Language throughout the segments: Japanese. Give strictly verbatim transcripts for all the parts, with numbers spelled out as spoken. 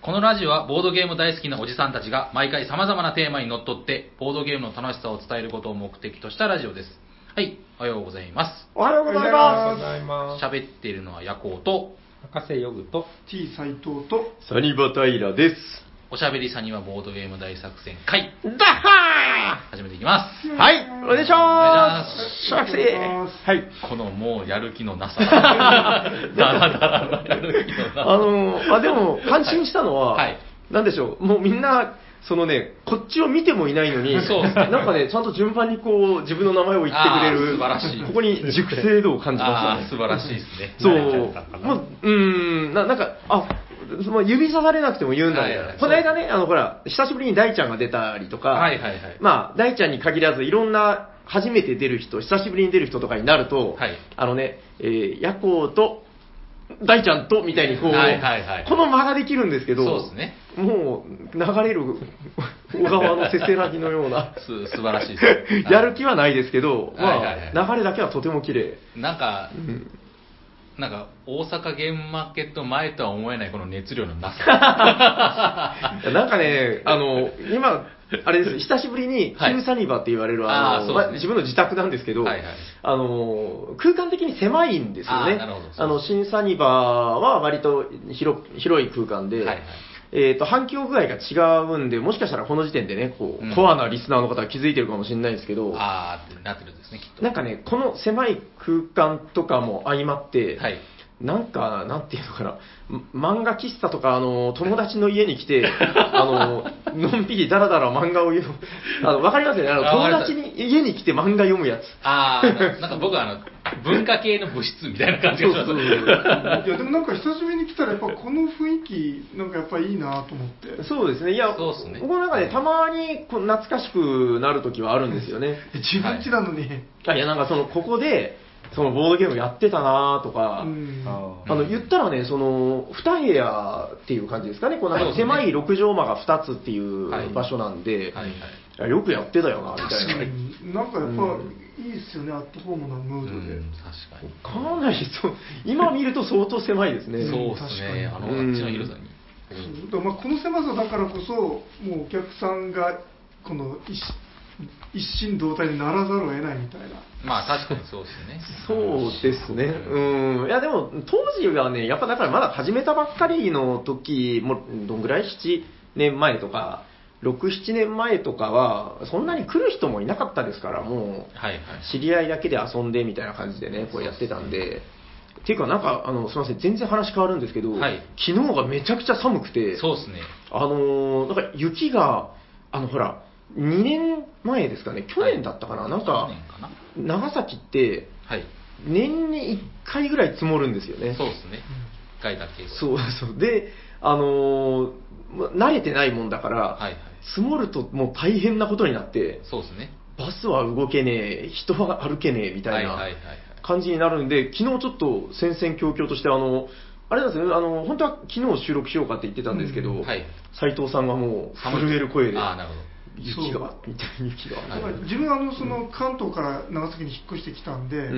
このラジオはボードゲーム大好きなおじさんたちが毎回様々なテーマにのっとってボードゲームの楽しさを伝えることを目的としたラジオです。はい、おはようございます。 おはようございます。 喋っているのはヤコウと博士ヨグと T 斎藤とサニバタイラです。 おしゃべりさにはボードゲーム大作戦会ダッハ始めていきます。 ーはい、お願いしまーす。 お願いします。はい。 このもうやる気のなさ。だらだらのやる気のなさ。 あのー、あ、でも、感心したのは、 はい、 なんでしょう、もうみんな、そのね、こっちを見てもいないのに、 そうですね、 なんかね、ちゃんと順番にこう、自分の名前を言ってくれる、 素晴らしい。 ここに熟成度を感じましたね。 素晴らしいですね。 そう、もう、うーん、ななんか、あ、まあ、指さされなくても言うんだみたいな、はいはい、この間ね、あのほら、久しぶりに大ちゃんが出たりとか、 はいはいはい、 まあ、大ちゃんに限らず、いろんな初めて出る人、久しぶりに出る人とかになると、はい、あのね、えー、ヤコウと大ちゃんとみたいにこう、はいはいはい、この間ができるんですけど、 そうですね、 もう流れる小川のせせらぎのようなす素晴らしいです、 やる気はないですけど、 はい、まあ、はいはいはい、 流れだけはとても綺麗。 なんか、うんなんか大阪ゲームマーケット前とは思えないこの熱量のなさなんかね、あの今あれです久しぶりに旧サニバって言われる、はい、あのあ、ね、ま、自分の自宅なんですけど、はいはい、あの空間的に狭いんですよね。ああの新サニバは割と 広, 広い空間で、はいはい、えーと、反響具合が違うんで、もしかしたらこの時点でね、こう、うん、コアなリスナーの方は気づいてるかもしれないですけど、 あーってなってるんですね、きっと。 なんかね、この狭い空間とかも相まって、はい、なんか、なんていうのかな、漫画喫茶とか、あの、友達の家に来て、あの、のんびりだらだら漫画を読む、あの、わかりますよね、あの、友達に家に来て漫画読むやつ。 ああ、なんか僕はあの、文化系の部室みたいな感じがします。そうそうそういや、でもなんか久しぶりに来たら、やっぱこの雰囲気、なんかやっぱいいなと思って。 そうですね、いや、そうですね、僕の中でたまにこう懐かしくなるときはあるんですよね。 自分家なのに。 はい、いや、なんかその、ここで、そのボードゲームやってたなとか、うん、あの言ったらね、そのに部屋っていう感じですかね、こうなんか狭いろく畳間がふたつっていう場所なんで、はいはいはい、よくやってたよなみたいな。 確かになんかやっぱいいですよね、アットホームなムードで。うん、 確かに。かなりそう、今見ると相当狭いですね。 そうですね、あのあっちの広さに。 うん、だまあこの狭さだからこそ、もうお客さんがこの一一心同体にならざるを得ないみたいな。 まあ確かにそうですね。 そうですね。うん。いやでも当時はね、やっぱだからまだ始めたばっかりの時もどんぐらいななねんまえとかろく、ななねんまえとかはそんなに来る人もいなかったですから、もう知り合いだけで遊んでみたいな感じでね、こうやってたんで。っていうかなんかあのすみません、全然話変わるんですけど、はい、昨日がめちゃくちゃ寒くて、 そうですね。 あのなんか雪があのほら。にねんまえですかね、去年だったかな、はい、なんか長崎って年にいっかいぐらい積もるんですよね。 そうですね、いっかいだけ。 そうそうで、あのー、慣れてないもんだから、はいはい、積もるともう大変なことになって、 そうですね、 バスは動けねえ、人は歩けねえみたいな感じになるんで、昨日ちょっと戦々恐々としてあのあれなんですよね、あの本当は昨日収録しようかって言ってたんですけど、うん、はい、斉藤さんがもう震える声で。 あ、なるほど、 雪がみたいな雪が。 だから自分はあのその関東から長崎に引っ越してきたんで、うん、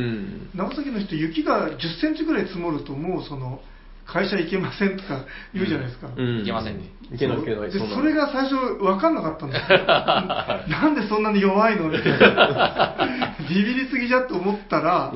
長崎の人雪がじゅっセンチぐらい積もるともうその会社行けませんとか言うじゃないですか。 うん、行けませんね。 行けない行けない。 でそれが最初分かんなかったんですよ。なんでそんなに弱いのみたいな。ビビりすぎじゃと思ったら、うん、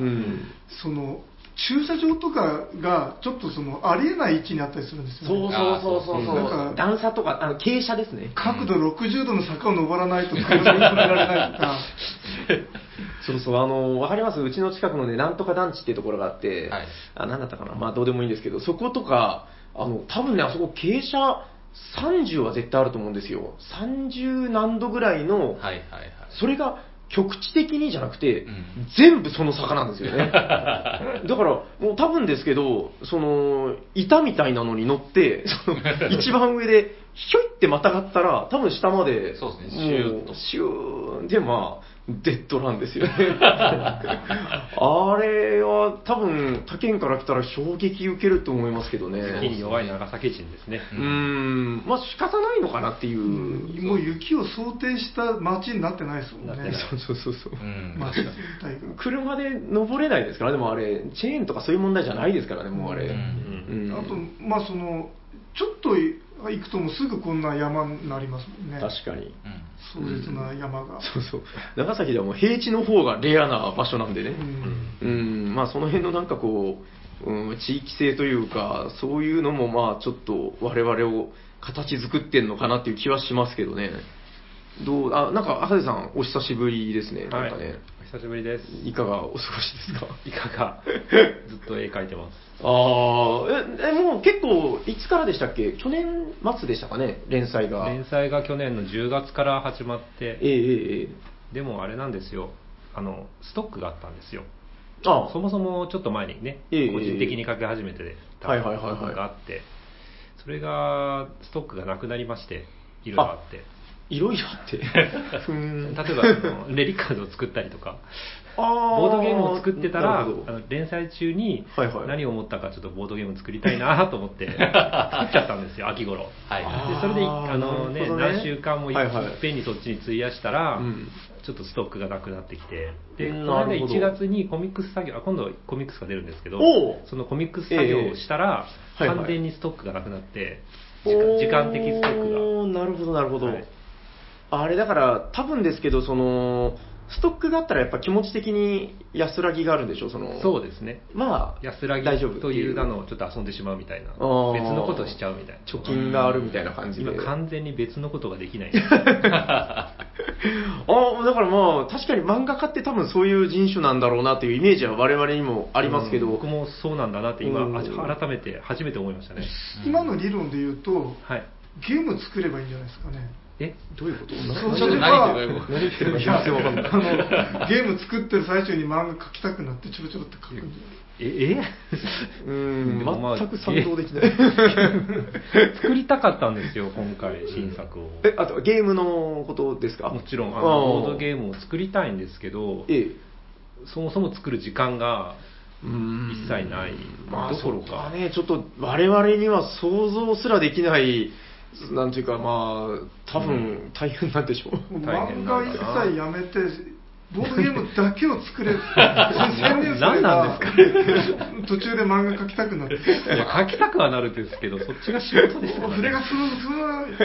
その。駐車場とかがちょっとそのありえない位置にあったりするんですよね。 そうそうそうそう。なんか段差とかあの傾斜ですね。 角度ろくじゅうどの坂を登らないと車に止められないとか。 そうそう、あのわかります。うちの近くのねなんとか団地っていうところがあって、はい、あなんだったかな、まあどうでもいいんですけど、そことかあの多分ねあそこ傾斜さんじゅうは絶対あると思うんですよ。さんじゅうなんどぐらいの、はいはいはい、それが局地的にじゃなくて、うん、全部その坂なんですよね。だからもう多分ですけど、その板みたいなのに乗ってその一番上でひょいってまたがったら多分下までそうですね、シューッとシューでまあデッドなんですよね。あれは多分他県から来たら衝撃受けると思いますけどね。 雪に弱い長崎人ですね。 うーん、まあ仕方ないのかなっていう、うん、 もう雪を想定した街になってないですもんね。 そうそうそうそう、 うん、 街全体が車で登れないですからね。でもあれチェーンとかそういう問題じゃないですからね、もうあれ、うんうんうん、あとまあそのちょっと行くともうすぐこんな山になりますもんね。 確かに。 壮絶な山が、うん。 そうそう。長崎ではもう平地の方がレアな場所なんでね。うん。うん、まあその辺のなんかこう、うん、地域性というか、そういうのもまあちょっと我々を形作ってんのかなっていう気はしますけどね。どう、あ、なんか赤瀬さんお久しぶりですね。なんかね。 はい、お久しぶりです。 いかがお過ごしですか？ いかがずっと絵描いてます。 ああ、え、え、もう結構、いつからでしたっけ？去年末でしたかね、連載が。 連載が去年のじゅうがつから始まって、 ええええ。 でもあれなんですよ、あの、ストックがあったんですよ。 ああ、 そもそもちょっと前にね、 ええ個人的に書き始めてた部分があって、それが、ストックがなくなりまして、いろいろあって。 いろいろあって。例えばあのレリッカーズを作ったりとか、ボードゲームを作ってたら、あの連載中に何を思ったかちょっとボードゲーム作りたいなと思って作っちゃったんですよ、秋頃。はい、でそれであの、ねね、何週間もいっぺんにそっちに費やしたら、はいはい、ちょっとストックがなくなってきて、でこの間いちがつにコミックス作業、あ今度コミックスが出るんですけど、そのコミックス作業をしたら、えー、完全にストックがなくなって、はいはい、時間的ストックが。なるほどなるほど。はい、あれだから多分ですけど、そのストックがあったらやっぱ気持ち的に安らぎがあるんでしょう。そのそうですね。 まあ安らぎという名のをちょっと遊んでしまうみたいな、別のことをしちゃうみたいな、 貯金があるみたいな感じで、 今完全に別のことができないんですあだからまあ確かに漫画家って多分そういう人種なんだろうなっていうイメージは我々にもありますけど、 うん、僕もそうなんだなって今改めて初めて思いましたね。 今の理論で言うと、はい、ゲーム作ればいいんじゃないですかね。 えどういうこと？ そうすれば何言ってるか全然わかんない。あのゲーム作ってる最中に漫画描きたくなってちょろちょろって描くんじゃない？ ええうーん、まあ、全く賛同できない。 作りたかったんですよ、今回新作を。 え、あとゲームのことですか？ もちろんあのボードゲームを作りたいんですけど、ええ、そもそも作る時間が一切ない、 まあ、 どころか、 ね、ちょっと我々には想像すらできないなんていうか、まあ多分大変なんでしょう。 うん、漫画一切やめてボードゲームだけを作れる専念すれば何なんですか途中で漫画描きたくなって、いや描きたくはなるんですけど、そっちが仕事ですよね。 筆がスース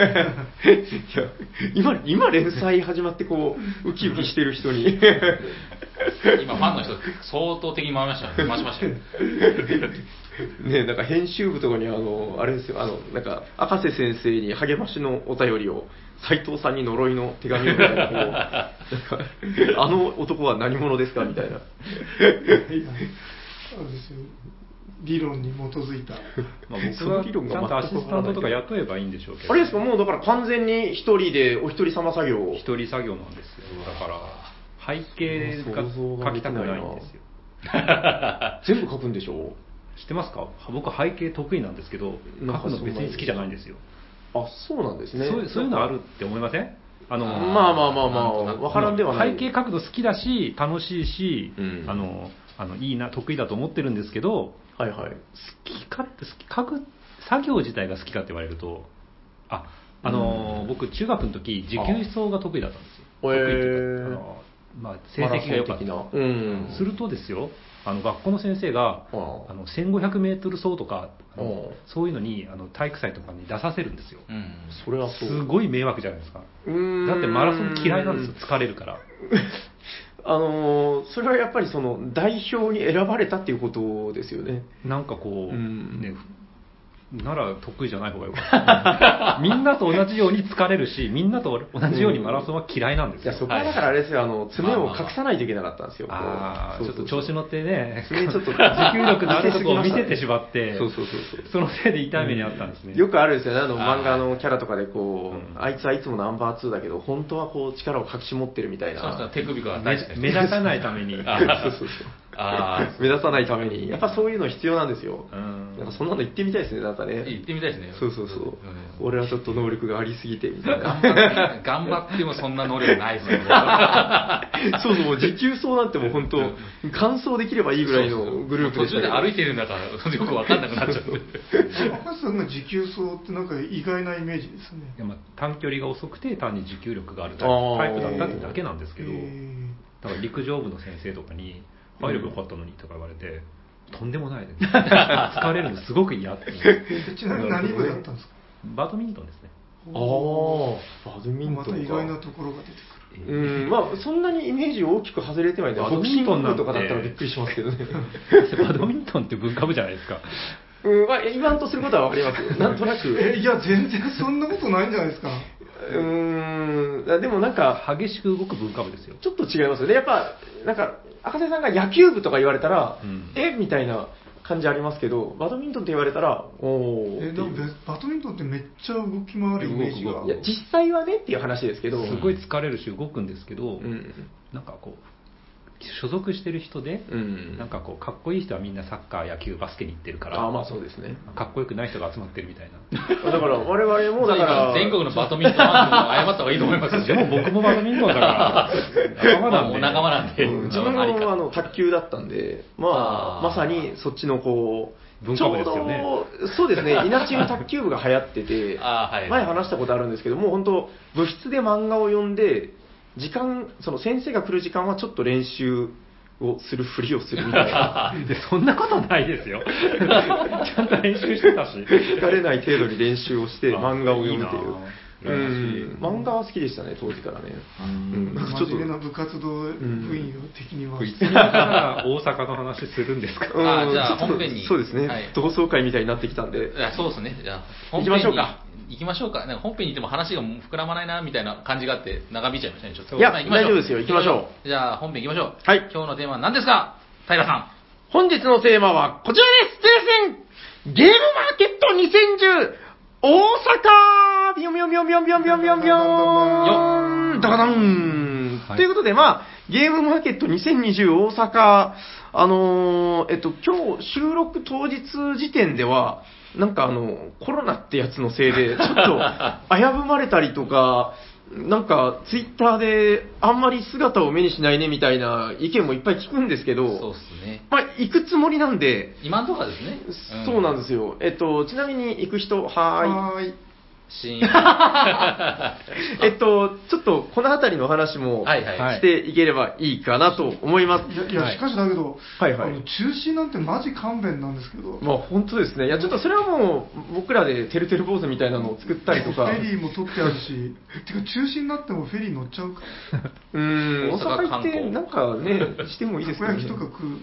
ー今今連載始まってこうウキウキしてる人に今ファンの人相当的に回りましたよ、回しましたよね。なんか編集部とかにあのあれですよ、あのなんか赤瀬先生に励ましのお便りを、斉藤さんに呪いの手紙をみたいな、こうなんかあの男は何者ですかみたいな。 理論に基づいた。 まあ僕はちゃんとアシスタントとか雇えばいいんでしょうけど、 あれですか、もうだから完全に一人でお一人様作業。 一人作業なんですよ。だから背景が描きたくないんですよ。 全部描くんでしょ？ 知ってますか？僕背景得意なんですけど、描くの別に好きじゃないんですよ。 あ、そうなんですね。 そう、そういうのあるって思いません？あのまあまあまあまあ、わからんではない。 背景描くの好きだし、楽しいし、うん、あの、あのいいな、得意だと思ってるんですけど、 はいはい。好きかって描く作業自体が好きかって言われると、あ、あの、うん、僕中学の時持久走が得意だったんですよ。得意っていうか、あのまあ、成績が良かった。うん、するとですよ、あの学校の先生があのせんごひゃくメートル走とかそういうのにあの体育祭とかに出させるんですよ、うん、 それはそうすごい迷惑じゃないですか。うーん、だってマラソン嫌いなんですよ、疲れるからあのそれはやっぱりその代表に選ばれたっていうことですよね。 なんかこう、うん、ね、なら得意じゃない方がよかった。みんなと同じように疲れるし、みんなと同じようにマラソンは嫌いなんですよ。 いや、そこはだからあれですよ、あの、爪を隠さないといけなかったんですよ。 ああ、ちょっと調子乗ってね、 爪ちょっと持久力のあるところを見せてしまって、 そうそうそうそう。 そのせいで痛い目にあったんですね。 よくあるんですよね、あの、漫画のキャラとかでこう、あいつはいつもナンバーツーだけど、本当はこう、力を隠し持ってるみたいな。 そうそう、手首が大事です。 目立たないために。そうそうそう。 あ目立たないためにやっぱそういうの必要なんですよ。うんなんかそんなの言ってみたいですね。なんかね言ってみたいですね。 そうそうそう、うん、俺はちょっと能力がありすぎてみたいな。 頑張って頑張ってもそんな能力ないですよそうそう、もう持久走なんてもう本当完走できればいいぐらいのグループでしたけど、 途中で歩いてるんだからよく分かんなくなっちゃって赤瀬さんが持久走ってなんか意外なイメージですね。 いや、まあ、短距離が遅くて単に持久力があるタイプだったってだけなんですけど、だから陸上部の先生とかに体力良かったのにとか言われて、うん、とんでもないです疲れるのすごく嫌ってちなみに何部だったんですか？ バドミントンですね。 ああ、バドミントンか。 また意外なところが出てくる。うん、まあ、そんなにイメージ大きく外れてはいない。ボクシングとかだったらびっくりしますけどね。 バドミントンって文化部じゃないですか。 うん、まあ、言わんとすることはわかりますよ。なんとなく。 え、いや、全然そんなことないんじゃないですか。 うーん、でもなんか、 激しく動く文化部ですよ。 ちょっと違いますよね。やっぱ、なんか、赤瀬さんが野球部とか言われたら、うん、えみたいな感じありますけど、バドミントンって言われたら、おー。 え、でもバドミントンってめっちゃ動き回るイメージが。 いや、実際はねっていう話ですけど。 すごい疲れるし動くんですけど、うん、なんかこう、所属してる人で、うん、なんかこうかっこいい人はみんなサッカー、野球、バスケに行ってるから、 あ、まあそうですね。 かっこよくない人が集まってるみたいな。 だから我々もだから全国のバドミントンファンも謝った方がいいと思いますよ。 でも僕もバドミントンだから仲間なんで。 仲間なんで。 うん、自分もあの卓球だったんで、まあまさにそっちのこう。 文化部ですよね。 そうですね、稲中卓球部が流行ってて、はい、前話したことあるんですけども、本当部室で漫画を読んで、時間、その先生が来る時間はちょっと練習をするふりをするみたいな。 でそんなことないですよ。ちゃんと練習してたし。 疲れない程度に練習をして漫画を読むという。うん、漫画は好きでしたね、当時からね。 うん、真面目な部活動部員的には。 いつから大阪の話するんですか。 うん、あ、じゃあ本編に。 そうですね、はい、同窓会みたいになってきたんで。 いや、そうですね。じゃあ行きましょうか。 行きましょうか。なんか本編にいても話が膨らまないなみたいな感じがあって長引いちゃいましたね。ちょっと。 いや、大丈夫ですよ。行きましょう。じゃあ本編行きましょう。 はい。 今日のテーマは何ですか、平さん。 本日のテーマはこちらです。プレゼンゲームマーケットにせんじゅう大阪ビヨンビヨンビヨンビヨンビヨンビヨンビヨンビヨンダカダン、はい、ということで、まあ、ゲームマーケットにせんにじゅう大阪、あのー、えっと、今日収録当日時点では、なんかあの、コロナってやつのせいで、ちょっと危ぶまれたりとか、なんか、ツイッターであんまり姿を目にしないねみたいな意見もいっぱい聞くんですけど、 そうっすね。 まあ、行くつもりなんで、 今んとこですね。 うん、そうなんですよ。えっと、ちなみに行く人、はーい。 はーい。 しえっと、ちょっとこの辺りの話もしていければいいかなと思います。 いや、いやしかしだけど、 はいはい、 あの中止なんてマジ勘弁なんですけど。 まあ本当ですね。いや、ちょっとそれはもう僕らでてるてる坊主みたいなのを作ったりとか。 フェリーも取ってあるし、てか中止になってもフェリー乗っちゃうか。 うーん、大阪行ってなんかね、してもいいですけどね。 たこ焼きとか食う。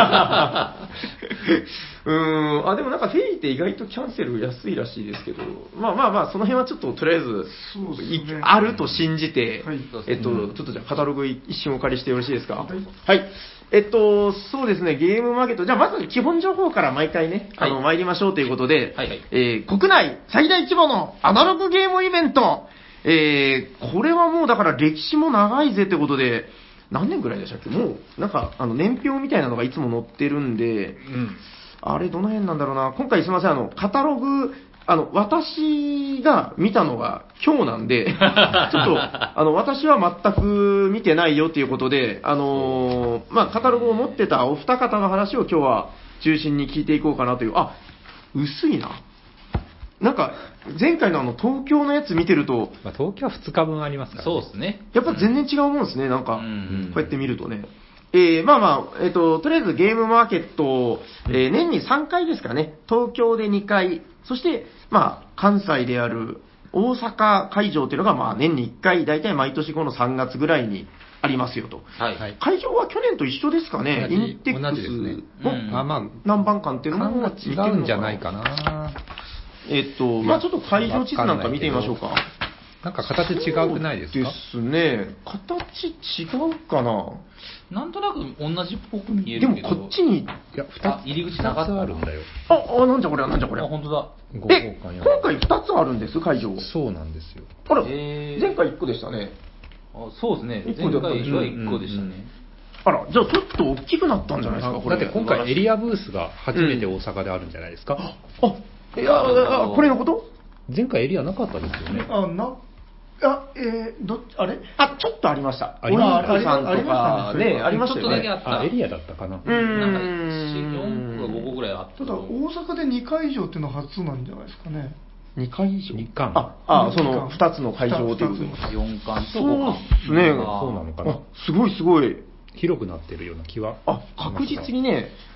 うーん、あ、でもなんかフェリーって意外とキャンセル安いらしいですけど、まあまあまあ、その辺はちょっととりあえず、 そうですね、 あると信じて、 はい、 えっと、ちょっとじゃあカタログ一瞬お借りしてよろしいですか。 はい。 はい。えっと、そうですね、ゲームマーケット。じゃあまず基本情報から毎回ね、 はい、 あの、参りましょうということで、 はいはい、 えー、国内最大規模のアナログゲームイベント、えー、これはもうだから歴史も長いぜってことで、何年ぐらいでしたっけ？もう、なんか、あの、年表みたいなのがいつも載ってるんで、うん、あれ、どの辺なんだろうな。今回すいません、あの、カタログ、あの、私が見たのが今日なんで、ちょっと、あの、私は全く見てないよっていうことで、あのー、まあ、カタログを持ってたお二方の話を今日は中心に聞いていこうかなという、あ、薄いな。なんか、前回のあの、東京のやつ見てると、 まあ、東京はふつかぶんありますからね。 そうですね。 やっぱ全然違うもんですね、なんか、こうやって見るとね。えー、まあまあ、えっと、とりあえずゲームマーケット、えー、年にさんかいですかね。東京でにかい、そして、まあ、関西である大阪会場というのが、まあ、年にいっかい、だいたい毎年このさんがつぐらいにありますよと。 はい。 会場は去年と一緒ですかね。 インテックスの何番館っていうのも違うんじゃないかな。 えっと、まあちょっと会場地図なんか見てみましょうか。 なんか形違くないですか？ ですね。形違うかな。 なんとなく同じっぽく見えるけど。 でもこっちに、いや、ふたつ入り口なかったあるんだよ。 あ、あ、なんじゃこれは、なんじゃこれは。あ、本当だ。 え、今回ふたつあるんです、会場。 そうなんですよ。 あら、前回いっこでしたね。 あ、そうですね。前回はいっこでしたね。 あら、じゃあちょっと大きくなったんじゃないですか、これ。 だって今回エリアブースが初めて大阪であるんじゃないですか。 うん、あ、いや、あ、これのこと？ 前回エリアなかったですよね。 あ、な、あ、えー、どっち、あれあ、ちょっとありました。 ありました。さんとかね、ありましたよね。 ちょっとだけあった。 あ、エリアだったかな。 うーん。 なんか、よんこかごこぐらいあった。 ただ、大阪でにかい以上っていうのは初なんじゃないですかね。 にかい以上 ?に巻。 あ、あ、そのふたつの会場ということで。 よんかんとごかん。 そうですね。 そうなのかな。 すごいすごい。 広くなってるような気は。 あ、確実にね、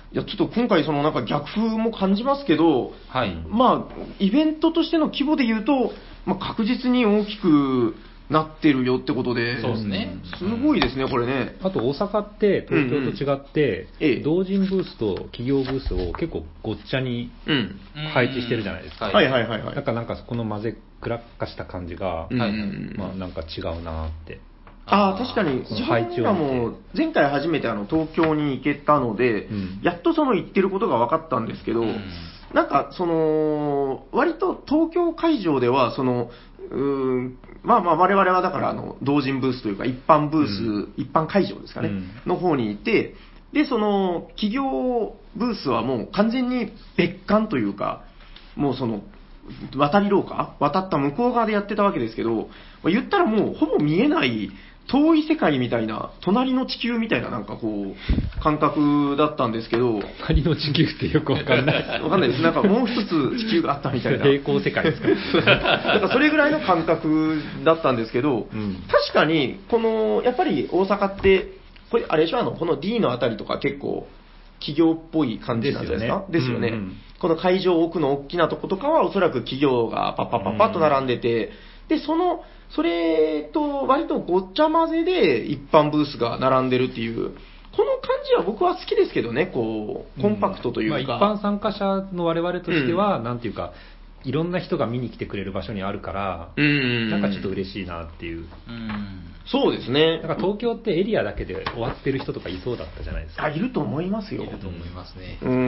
いや、ちょっと今回そのなんか逆風も感じますけど、 はい。 まあ、イベントとしての規模で言うと、まあ、確実に大きくなってるよってことで、 そうですね。 すごいですね、これね。 あと大阪って東京と違って、 うんうんええ、 同人ブースと企業ブースを結構ごっちゃに配置してるじゃないですか。 うん、はいはいはいはい。 なんかなんかそこの混ぜくらかした感じが、 うんはい、まあなんか違うなって。 ああ、確かに、自分らも前回初めてあの東京に行けたので、うん、やっとその行ってることが分かったんですけど、うん、なんかその、割と東京会場では、その、うーんまあまあ我々はだからあの同人ブースというか一般ブース、うん、一般会場ですかね、うん、の方にいて、で、その企業ブースはもう完全に別館というか、もうその、渡り廊下渡った向こう側でやってたわけですけど、言ったらもうほぼ見えない遠い世界みたいな、隣の地球みたいななんかこう、感覚だったんですけど。 隣の地球ってよくわかんない。 わかんないです。なんかもう一つ地球があったみたいな。 平行世界ですか。 なんかそれぐらいの感覚だったんですけど、うん、確かに、この、やっぱり大阪って、これ、あれでしょ、あの、この D のあたりとか結構、企業っぽい感じなんじゃないですか。ですよね。ですよね、うんうん。この会場奥の大きなとことかは、おそらく企業がパッパッパッパッと並んでて、で、その、それと割とごっちゃ混ぜで一般ブースが並んでるっていう、この感じは僕は好きですけどね、こう、コンパクトというか。 うんまあ、一般参加者の我々としては、うん、なんていうか、いろんな人が見に来てくれる場所にあるから、うん、なんかちょっと嬉しいなっていう。うん、 そうですね。 なんか東京ってエリアだけで終わってる人とかいそうだったじゃないですか。 あ、いると思いますよ。 いると思いますね。 うん。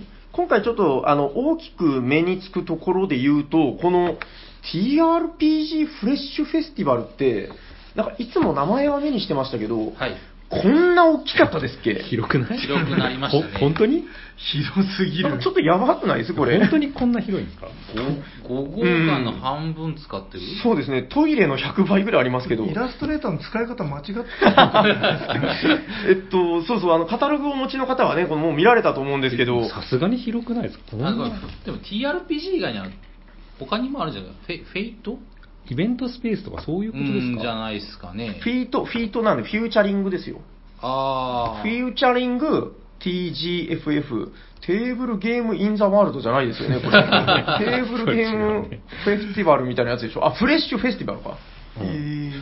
今回ちょっと、あの、大きく目につくところで言うと、この、ティーアールピージー フレッシュフェスティバルって、なんかいつも名前は目にしてましたけど、はい、こんな大きかったですっけ？ 広くない？ 広くなりましたね。 本当に？ 広すぎる。 ちょっとやばくないですこれ。 本当にこんな広いんですか？ ごごうかんの半分使ってる、うん、 そうですね。トイレのひゃくばいぐらいありますけど。 イラストレーターの使い方間違ってるえっと、そうそう、あの、カタログをお持ちの方はね、このもう見られたと思うんですけど。 さすがに広くないですか？ でも ティーアールピージー 以外には他にもあるじゃないですか。フェイトイベントスペースとかそういうことですか？ じゃないですかね。 フィート、フィートなんで、フューチャリングですよ。 ああ。 フューチャリング ティージーエフエフ、テーブルゲームインザワールドじゃないですよね、これ。テーブルゲームフェスティバルみたいなやつでしょ。あ、フレッシュフェスティバルか。うん、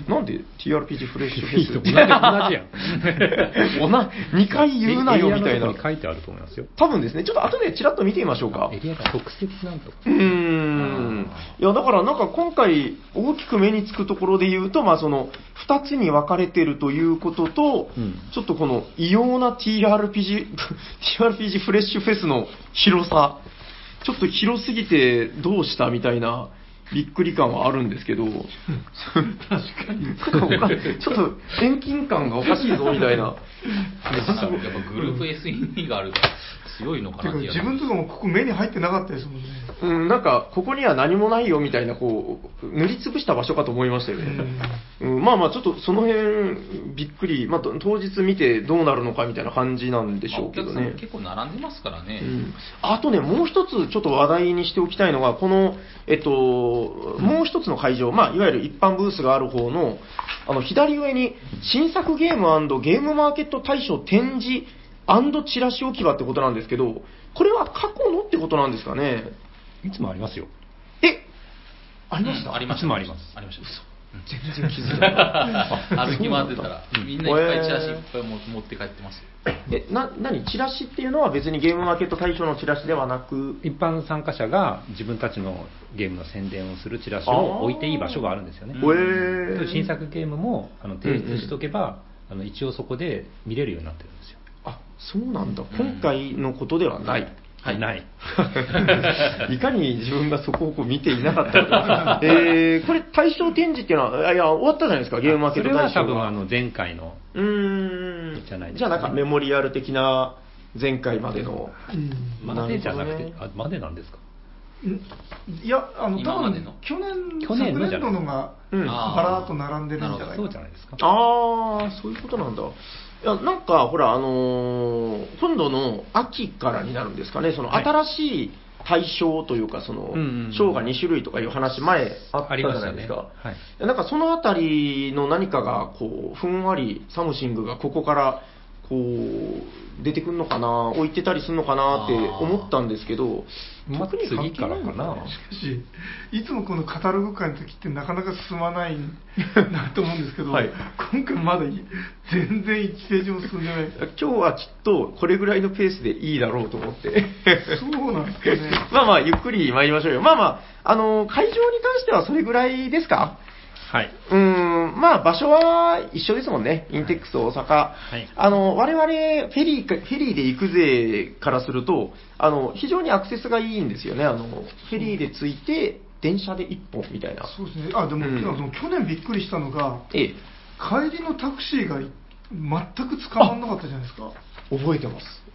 なんで ティーアールピージー フレッシュフェス同じ同じやん。 同にかい言うなよみたいな。 エリアのとこに書いてあると思いますよ。 多分ですね、ちょっと後でちらっと見てみましょうか。 エリアが特設なんとか。 うーん。いや、だからなんか今回大きく目につくところで言うと、まあそのふたつに分かれてるということと、うん、ちょっとこの異様な ティーアールピージー、ティーアールピージー フレッシュフェスの広さ。ちょっと広すぎてどうしたみたいな。びっくり感はあるんですけど、確かに。 ちょっと遠近感がおかしいぞみたいな。やっぱグループ エスイー があるから強いのかなっていう。 自分とかもここ目に入ってなかったですもんね。 うん、なんかここには何もないよみたいな、こう塗りつぶした場所かと思いましたよね。うん、まあまあちょっとその辺びっくり、まあ当日見てどうなるのかみたいな感じなんでしょうけどね。 結構並んでますからね。 うん、あとね、もう一つちょっと話題にしておきたいのが、このえっともう一つの会場、まあ、いわゆる一般ブースがある方の、あの、左上に、新作ゲーム&ゲームマーケット大賞展示&チラシ置き場ってことなんですけど、これは過去のってことなんですかね？ いつもありますよ。 えありました、 うん、ありました。 いつもあります。 ありました。 全然気づいてない。歩き回ってたら、みんないっぱいチラシいっぱい持って帰ってます。 え、な、何チラシっていうのは別にゲームマーケット大賞のチラシではなく、 一般参加者が自分たちのゲームの宣伝をするチラシを置いていい場所があるんですよね。 へ新作ゲームもあの提出しとけば、うんうん、あの一応そこで見れるようになってるんですよ。 あ、そうなんだ。今回のことではない。 はい、ない。 いかに自分がそこをこう見ていなかったか。えー、これ対象展示っていうのは、いや、終わったじゃないですか、ゲームマーケット大賞は。 それは多分あの前回の。 うーん。 じゃないですか、ね。 じゃあなんかメモリアル的な前回までの。 うん、までじゃなくて、あ、までなんですか。 いや、あの、多分去年、去年、昨年度のが、バラーっと並んでるんじゃないか。 そうじゃないですか。 ああ、そういうことなんだ。いや、なんか、ほら、あのー、今度の秋からになるんですかね、その新しい対象というか、その、賞がに種類とかいう話、前あったじゃないですか。ね、はい、なんかそのあたりの何かが、こう、ふんわり、サムシングがここからこう、出てくるのかな、置いてたりするのかなって思ったんですけど、 まあ、次からかな。 しかし、いつもこのカタログ会の時ってなかなか進まないなと思うんですけど、はい、今回まだ全然いちページも進んでない。 今日はきっとこれぐらいのペースでいいだろうと思って。 そうなんですかね。 まあまあ、ゆっくり参りましょうよ。まあまあ、あの、会場に関してはそれぐらいですか？ はい。 うーん、まあ場所は一緒ですもんね。インテックス大阪。はい。あの、我々、フェリーか、フェリーで行くぜからすると、あの、非常にアクセスがいいんですよね。あの、フェリーで着いて、電車で一本みたいな。 そうですね。あ、でも、うん、あの去年びっくりしたのが、ええ、帰りのタクシーが全く捕まんなかったじゃないですか。 覚えてます。うん。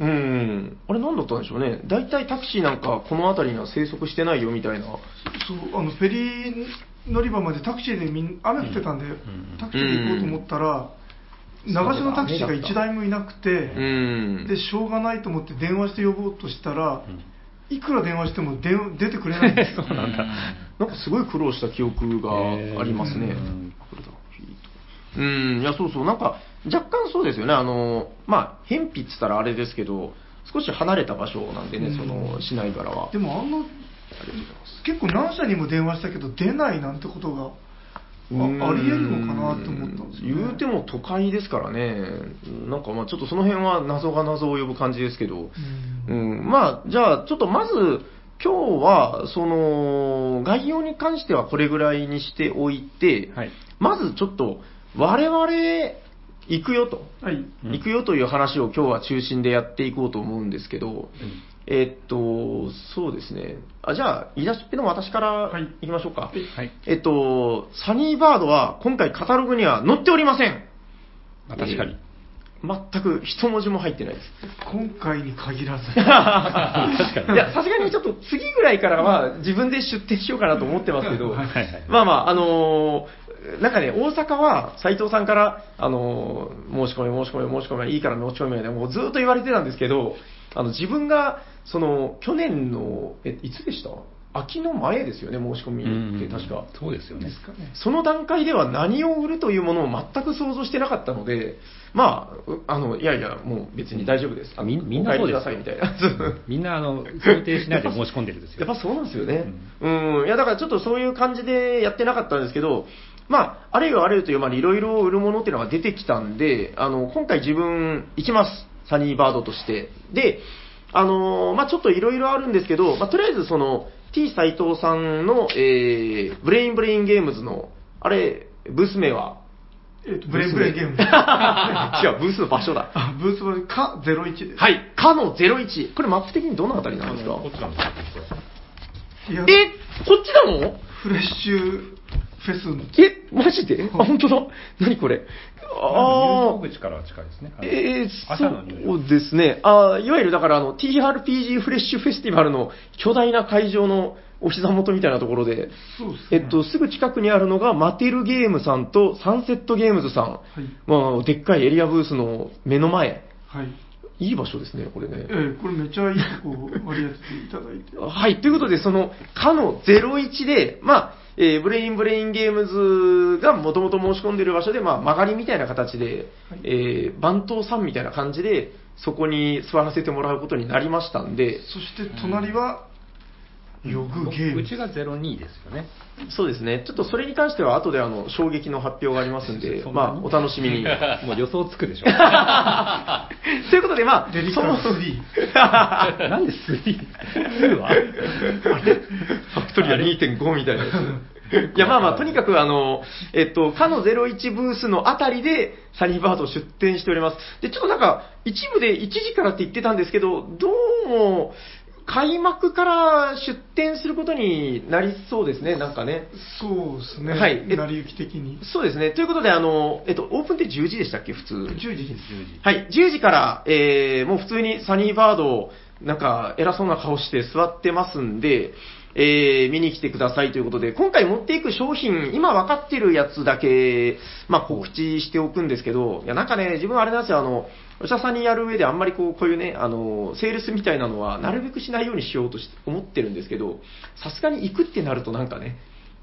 あれ何だったんでしょうね。大体タクシーなんかこの辺りには生息してないよみたいな。 そう、あの、フェリー、乗り場までタクシーでみん雨降ってたんで、うん、タクシーで行こうと思ったら、流しのタクシーがいちだいもいなくて、でしょうがないと思って電話して呼ぼうとしたら、うん、いくら電話しても電出てくれないんですよ。 そうなんだ。なんかすごい苦労した記憶がありますね。うん、いやそうそう、なんか若干そうですよね。あのまあ偏僻っつったらあれですけど、少し離れた場所なんでね、その市内からは。 でもあんな結構何社にも電話したけど出ないなんてことが あ, ありえるのかなって思ったんですよ、ね、 言うても都会ですからね。なんかまあちょっとその辺は謎が謎を呼ぶ感じですけど、うん、まあじゃあちょっとまず今日はその概要に関してはこれぐらいにしておいて、はい、まずちょっと我々行くよと、はい、行くよという話を今日は中心でやっていこうと思うんですけど、うん、えっと、そうですね。あ、じゃあ、言い出しっぺの私から行きましょうか。はい。えっと、サニーバードは今回カタログには載っておりません。 あ、確かに。 えー、全く一文字も入ってないです。 今回に限らず。 確かに。いや、さすがにちょっと次ぐらいからは自分で出店しようかなと思ってますけど、はいはいはい、まあまあ、あのー、なんかね、大阪は斉藤さんから、あのー、申し込め、申し込め、申し込め、いいから申し込めでもうずっと言われてたんですけど、あの自分がその去年のえいつでした？秋の前ですよね、申し込みって確か。 そうですよね。 その段階では何を売るというものを全く想像してなかったので、まあ、あのいやいや、もう別に大丈夫です。あみみんなそうですよみたいな。みんなあの想定しないで申し込んでるんですよ。 やっぱそうなんですよね。うん、うん、いやだからちょっとそういう感じでやってなかったんですけど、まあ、あれよあれよというまでいろいろ売るものっていうのが出てきたんで、あの今回自分行きます。サニーバードとして。で、あのー、まあ、ちょっといろいろあるんですけど、まあ、とりあえずその T 斉藤さんの、えー、ブレインブレインゲームズの、あれ、ブース名はえっと、ブレインブレインゲームズ。 違う、ブースの場所だ。 あ、ブースはかゼロいちです。 はい、かのゼロいち。これマップ的にどのあたりなんですか？こっちなんですか？え、こっちなの？ フレッシュフェス。 え、マジで？あ、本当だ。何これ。 ああ。入場口からは近いですね。 えー、そうですね。あ、いわゆるだからあの ティーアールピージー フレッシュフェスティバルの巨大な会場のお膝元みたいなところで、そうですね、えっと、すぐ近くにあるのがマテルゲームさんとサンセットゲームズさん。はい、まあ、でっかいエリアブースの目の前。はい。いい場所ですね、これね。 ええ、これめっちゃいいとこ割り当てていただいて。 はい、ということで、その、かのゼロいちで、まあ、えー、ブレインブレインゲームズがもともと申し込んでる場所で、まあ、曲がりみたいな形で、はい、えー、番頭さんみたいな感じで、そこに座らせてもらうことになりましたんで。 そして隣は、ヨグゲーム。 うちがゼロにですよね。 そうですね。ちょっとそれに関しては後であの衝撃の発表がありますんで、まあお楽しみに。 もう予想つくでしょ。 ということでまあ、 デリカのスリー。 なんでスリー？はあれ？ファクトリア にてんご みたいなやつ。いやまあまあ、とにかくあの、えっと、かのゼロいちブースのあたりでサニーバード出店しております。で、ちょっとなんか、一部でいちじからって言ってたんですけど、どうも、開幕から出店することになりそうですね、なんかね。 そうですね。 はい。 成り行き的に。 そうですね。ということで、あの、えっと、オープンってじゅうじでしたっけ、普通。 じゅうじです。 はい。じゅうじから、えー、もう普通にサニーバードを、なんか、偉そうな顔して座ってますんで、えー、見に来てくださいということで、今回持っていく商品、今分かってるやつだけ、まあ、告知しておくんですけど、いや、なんかね、自分あれなんですよ、あの、お医者さんにやる上であんまりこう、こういうね、あの、セールスみたいなのは、なるべくしないようにしようとし思ってるんですけど、さすがに行くってなるとなんかね、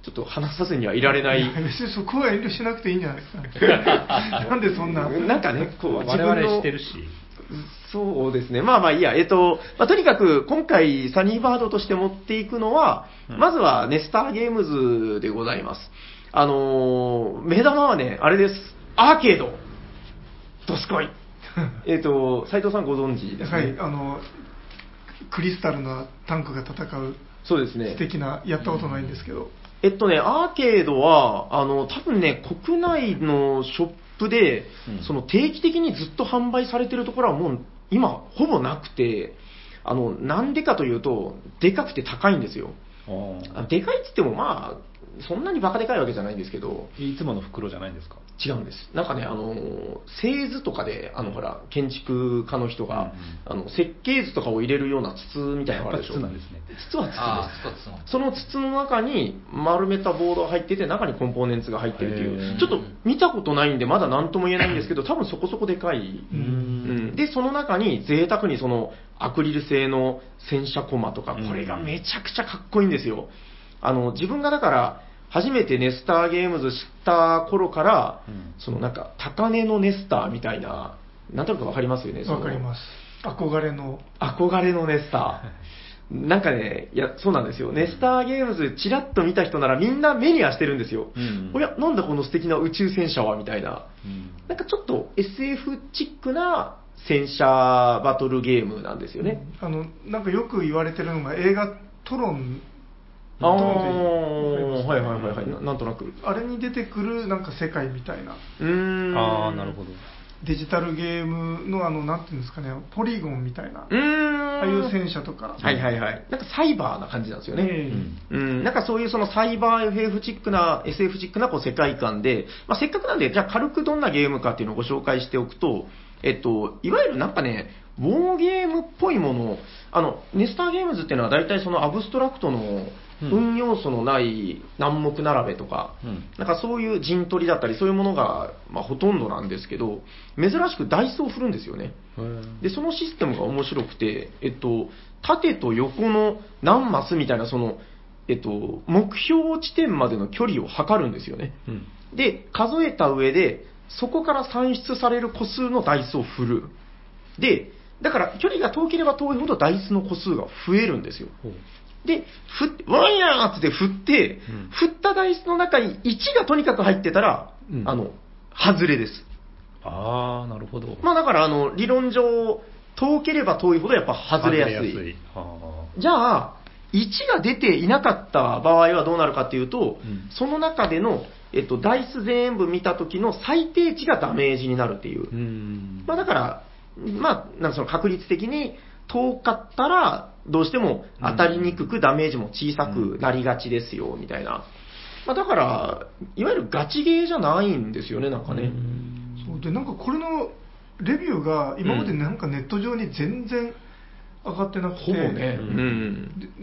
ちょっと話さずにはいられない。 い別にそこは遠慮しなくていいんじゃないですか。なんでそんな。 なんかね、こう、 我々してるし。 そうですね。まあまあいいや。えっと、まあ、とにかく今回サニーバードとして持っていくのは、うん、まずはネスターゲームズでございます。あのー、目玉はね、あれです。アーケード。どすこい。えっと、斉藤さんご存知ですね。 はい、あの、クリスタルなタンクが戦う。 そうですね。 素敵な、やったことないんですけど。 えっとね、アーケードは、あの、多分ね、国内のショップで、うん、その定期的にずっと販売されてるところはもう今ほぼなくて、あの、なんでかというと、でかくて高いんですよ。でかいって言ってもまあ、そんなにバカでかいわけじゃないんですけど。 いつもの袋じゃないんですか？ 違うんです。なんかね、あの、製図とかで、あの、ほら、建築家の人が、うんうん、あの、設計図とかを入れるような筒みたいなのがあるでしょ。 筒なんですね。 筒は筒です。その筒の中に丸めたボードが入ってて、中にコンポーネンツが入ってるっていう、ちょっと見たことないんで、まだ何とも言えないんですけど、多分そこそこでかい。うん、で、その中に贅沢にその、アクリル製の洗車コマとか、これがめちゃくちゃかっこいいんですよ。あの、自分がだから、初めてネスターゲームズ知った頃から、うん、そのなんか、高値のネスターみたいな、なんとなくわかりますよね。 わかります。憧れの。 憧れのネスター。なんかね、いや、そうなんですよ。ネスターゲームズチラッと見た人ならみんな目にはしてるんですよ。うん、おや、なんだこの素敵な宇宙戦車はみたいな。うん、なんかちょっと エスエフ チックな戦車バトルゲームなんですよね。 うん、あの、なんかよく言われてるのが映画トロン、 ああ、はいはいはいはい、な, なんとなく。 あれに出てくるなんか世界みたいな。 うーん。ああ、なるほど。 デジタルゲームのあの、なんていうんですかね、ポリゴンみたいな。うーん。ああいう戦車とか。 はいはいはい。なんかサイバーな感じなんですよね。うん。うん、なんかそういうそのサイバー エフエフ チックな、エスエフ チックなこう世界観で、まあ、せっかくなんで、じゃあ軽くどんなゲームかっていうのをご紹介しておくと、えっと、いわゆるなんかね、ウォーゲームっぽいもの、あの、ネスターゲームズっていうのは大体そのアブストラクトの運要素のない南北並べとか、うん、なんかそういう陣取りだったりそういうものが、まあ、ほとんどなんですけど、珍しくダイスを振るんですよね。で、そのシステムが面白くて、えっと、縦と横の何マスみたいな、その、えっと、目標地点までの距離を測るんですよね。うん、で、数えた上で、そこから算出される個数のダイスを振る。で、だから距離が遠ければ遠いほどダイスの個数が増えるんですよ。で、ふって、ワンヤーって振って、うん、振ったダイスの中にいちがとにかく入ってたら、うん、あの、外れです。 ああ、なるほど。 まあだからあの、理論上、遠ければ遠いほどやっぱ外れやすい。 外れやすい。 じゃあ、いちが出ていなかった場合はどうなるかっていうと、うん、その中での、えっと、ダイス全部見た時の最低値がダメージになるっていう。うんまあだから、まあ、なんかその確率的に遠かったら、どうしても当たりにくくダメージも小さくなりがちですよ、みたいな。まあだから、いわゆるガチゲーじゃないんですよね、なんかね。 そうで、なんかこれのレビューが今までなんかネット上に全然上がってなくて、 ほぼね。うん、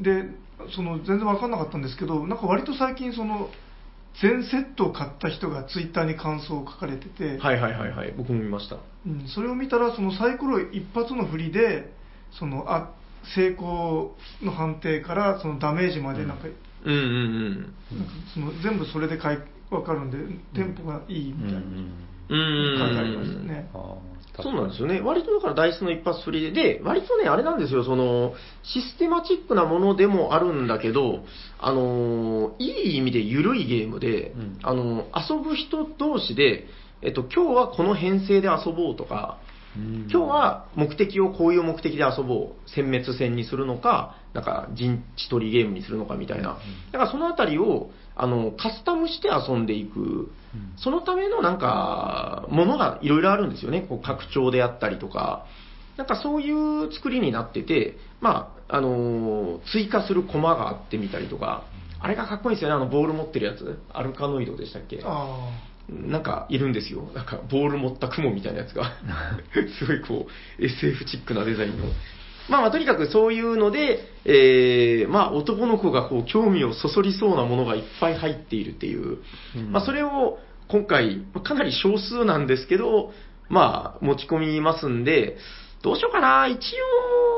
で、でその全然分かんなかったんですけど、なんか割と最近その、全セットを買った人がツイッターに感想を書かれてて、 はいはいはいはい、僕も見ました。 うん、それを見たら、そのサイコロ一発の振りで、そのあ成功の判定からそのダメージまでなんか、 うんうんうん、 なんかその全部それでかい分かるんで、テンポがいいみたいな書いてありましたね。 そうなんですよね。割とだからダイスの一発振りで、で、割とね、あれなんですよ、その、システマチックなものでもあるんだけど、あの、いい意味で緩いゲームで、うん、あの、遊ぶ人同士で、えっと、今日はこの編成で遊ぼうとか、今日は目的をこういう目的で遊ぼう。殲滅戦にするのか、なんか陣地取りゲームにするのかみたいな。だからそのあたりを、あの、カスタムして遊んでいく。そのためのなんか、ものがいろいろあるんですよね。こう拡張であったりとか。なんかそういう作りになってて、まあ、あの、追加するコマがあってみたりとか、あれがかっこいいですよね。あの、ボール持ってるやつ。アルカノイドでしたっけ？ あなんかいるんですよ。なんかボール持った雲みたいなやつが。すごいこう、エスエフ チックなデザインの。まあまあとにかくそういうので、えー、まあ男の子がこう興味をそそりそうなものがいっぱい入っているっていう。うん、まあそれを今回、かなり少数なんですけど、まあ持ち込みますんで、どうしようかな。一応、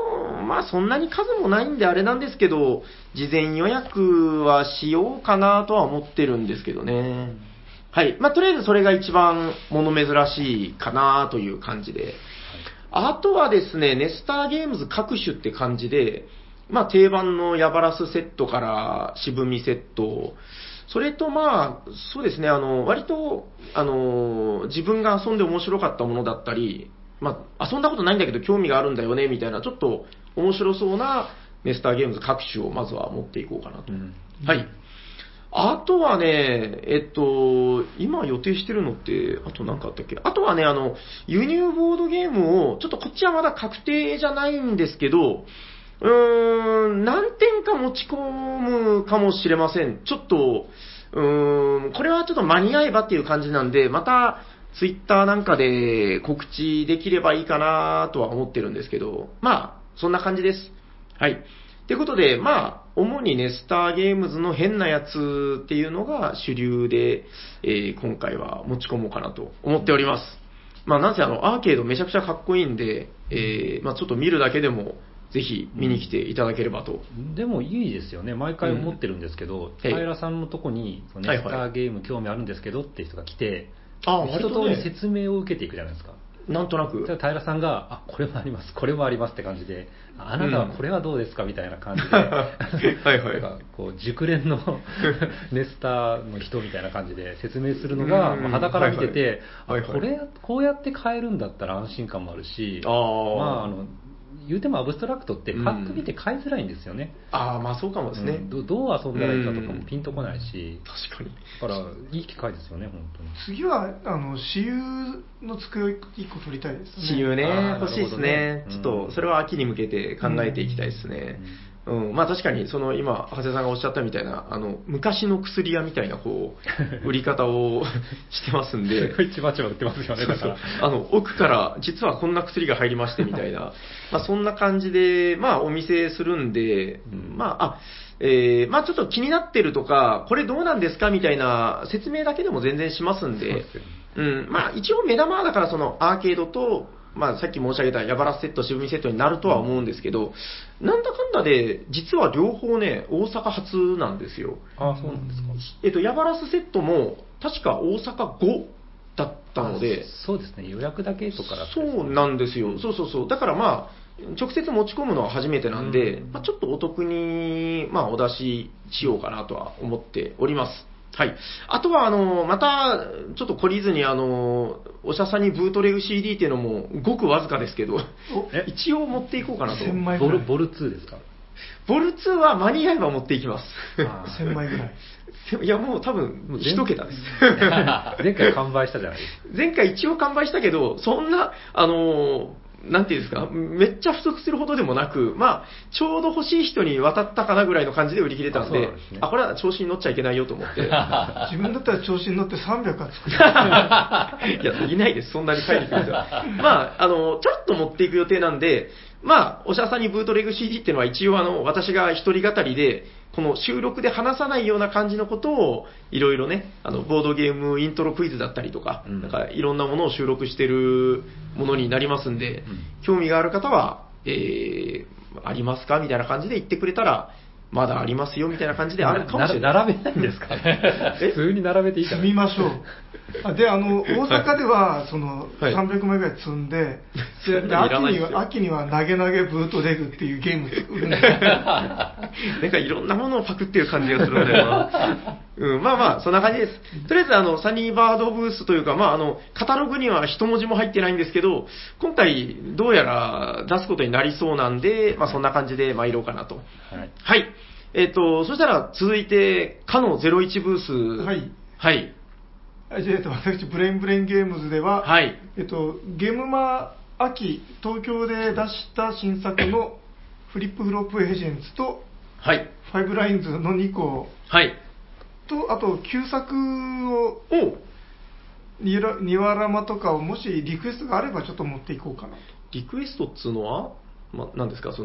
まあそんなに数もないんであれなんですけど、事前予約はしようかなとは思ってるんですけどね。はい。まあとりあえずそれが一番物珍しいかなという感じで。あとはですね、ネスターゲームズ各種って感じで、まあ定番のヤバラスセットから渋みセット、それとまあ、そうですね、あの、割と、あの、自分が遊んで面白かったものだったり、まあ、遊んだことないんだけど興味があるんだよね、みたいな、ちょっと面白そうなネスターゲームズ各種をまずは持っていこうかなと。うん、はい。あとはね、えっと、今予定してるのって、あと何かあったっけ？あとはね、あの、輸入ボードゲームを、ちょっとこっちはまだ確定じゃないんですけど、うーん、何点か持ち込むかもしれません。ちょっと、うーん、これはちょっと間に合えばっていう感じなんで、また、ツイッターなんかで告知できればいいかなとは思ってるんですけど、まあ、そんな感じです。はい。ということで、まあ、主にネスターゲームズの変なやつっていうのが主流で、えー、今回は持ち込もうかなと思っております。まあ、なぜあの、アーケードめちゃくちゃかっこいいんで、えー、まあ、ちょっと見るだけでも、ぜひ見に来ていただければと。 でもいいですよね。毎回思ってるんですけど、うん、平さんのとこに、ネスターゲーム興味あるんですけどって人が来て、はいはい、一通り説明を受けていくじゃないですか。 なんとなく。 平さんが、あ、これもあります、これもありますって感じで、あなたはこれはどうですかみたいな感じで、はいはい、なんかこう熟練のネスターの人みたいな感じで説明するのが、まあ、肌から見てて、はいはい、あ、これ、こうやって変えるんだったら安心感もあるし、あ、まあ、あの、言うてもアブストラクトってパッと見て買いづらいんですよね。 うん、ああ、まあそうかもですね、うん、 ど。どう遊んだらいいかとかもピンとこないし。 確かに。 だから、いい機会ですよね、本当に。 次は、あの、私有の机をいっこ取りたいですね。 私有ね、欲しいですね。ちょっと、それは秋に向けて考えていきたいですね。うんうん、まあ確かに、その今、長谷さんがおっしゃったみたいな、あの、昔の薬屋みたいな、こう、売り方をしてますんで。 ちまちま売ってますよね、だから。 あの、奥から、実はこんな薬が入りまして、みたいな。まあそんな感じで、まあお見せするんで、うん、まあ、あ、えー、まあちょっと気になってるとか、これどうなんですかみたいな説明だけでも全然しますんで、うん、まあ一応目玉だからそのアーケードと、まあさっき申し上げたヤバラスセット、渋みセットになるとは思うんですけど、なんだかんだで、実は両方ね、大阪発なんですよ。 ああ、そうなんですか。 えっと、ヤバラスセットも、確か大阪ごだったので。 そうですね、予約だけとかだった、 ね、そうなんですよ。そうそうそう。だからまあ、直接持ち込むのは初めてなんで、うん、まあ、ちょっとお得に、まあ、お出ししようかなとは思っております。はい。あとは、あの、また、ちょっと懲りずに、あの、おしゃさにブートレグ シーディー っていうのも、ごくわずかですけど、一応持っていこうかなと。 せんまいぐらい。ボル、ボルツーですか？ ボルツーは間に合えば持っていきます。 せんまいぐらい。 いや、もう多分、一桁です。 前回完売したじゃないですか。 前回一応完売したけど、そんな、あの、なんていうんですか、めっちゃ不足するほどでもなく、まあ、ちょうど欲しい人に渡ったかなぐらいの感じで売り切れたんで、あ、ね、あ、これは調子に乗っちゃいけないよと思って。 自分だったら調子に乗ってさんびゃくは作る。 いや、いないです、そんなに買いに来る人は。まあ、あの、ちょっと持っていく予定なんで、まあ、おしゃさにブートレグ シーディー っていうのは一応あの、私が一人語りで、この収録で話さないような感じのことを、いろいろね、あの、ボードゲームイントロクイズだったりとか、うん、なんかいろんなものを収録してるものになりますんで、うん、興味がある方は、えー、ありますかみたいな感じで言ってくれたら、まだありますよみたいな感じであるかもしれない。 並べないんですか？普通に並べていいじゃないですか。積みましょう。で、あの、大阪では、その、さんびゃくまいぐらい積んで、でで秋には、秋には投げ投げブートレグっていうゲーム作るんですよ。 なんかいろんなものをパクってる感じがするんだよな。うん、まあまあ、そんな感じです。とりあえず、あの、サニーバードブースというか、まあ、あの、カタログには一文字も入ってないんですけど、今回、どうやら出すことになりそうなんで、まあ、そんな感じで参ろうかなと。はい。はい。えっと、そしたら、続いて、かのゼロイチブース。 はい。 はい。 えっと、私、ブレンブレンゲームズでは、 はい。 えっと、ゲームマ秋、東京で出した新作のフリップフロップエージェンツと、 はい。 ファイブラインズのにこ。 はい。 と、あと、旧作を、ニワニワラマとかを、もしリクエストがあれば、ちょっと持っていこうかなと。 リクエストっつうのは、ま、何ですか、その、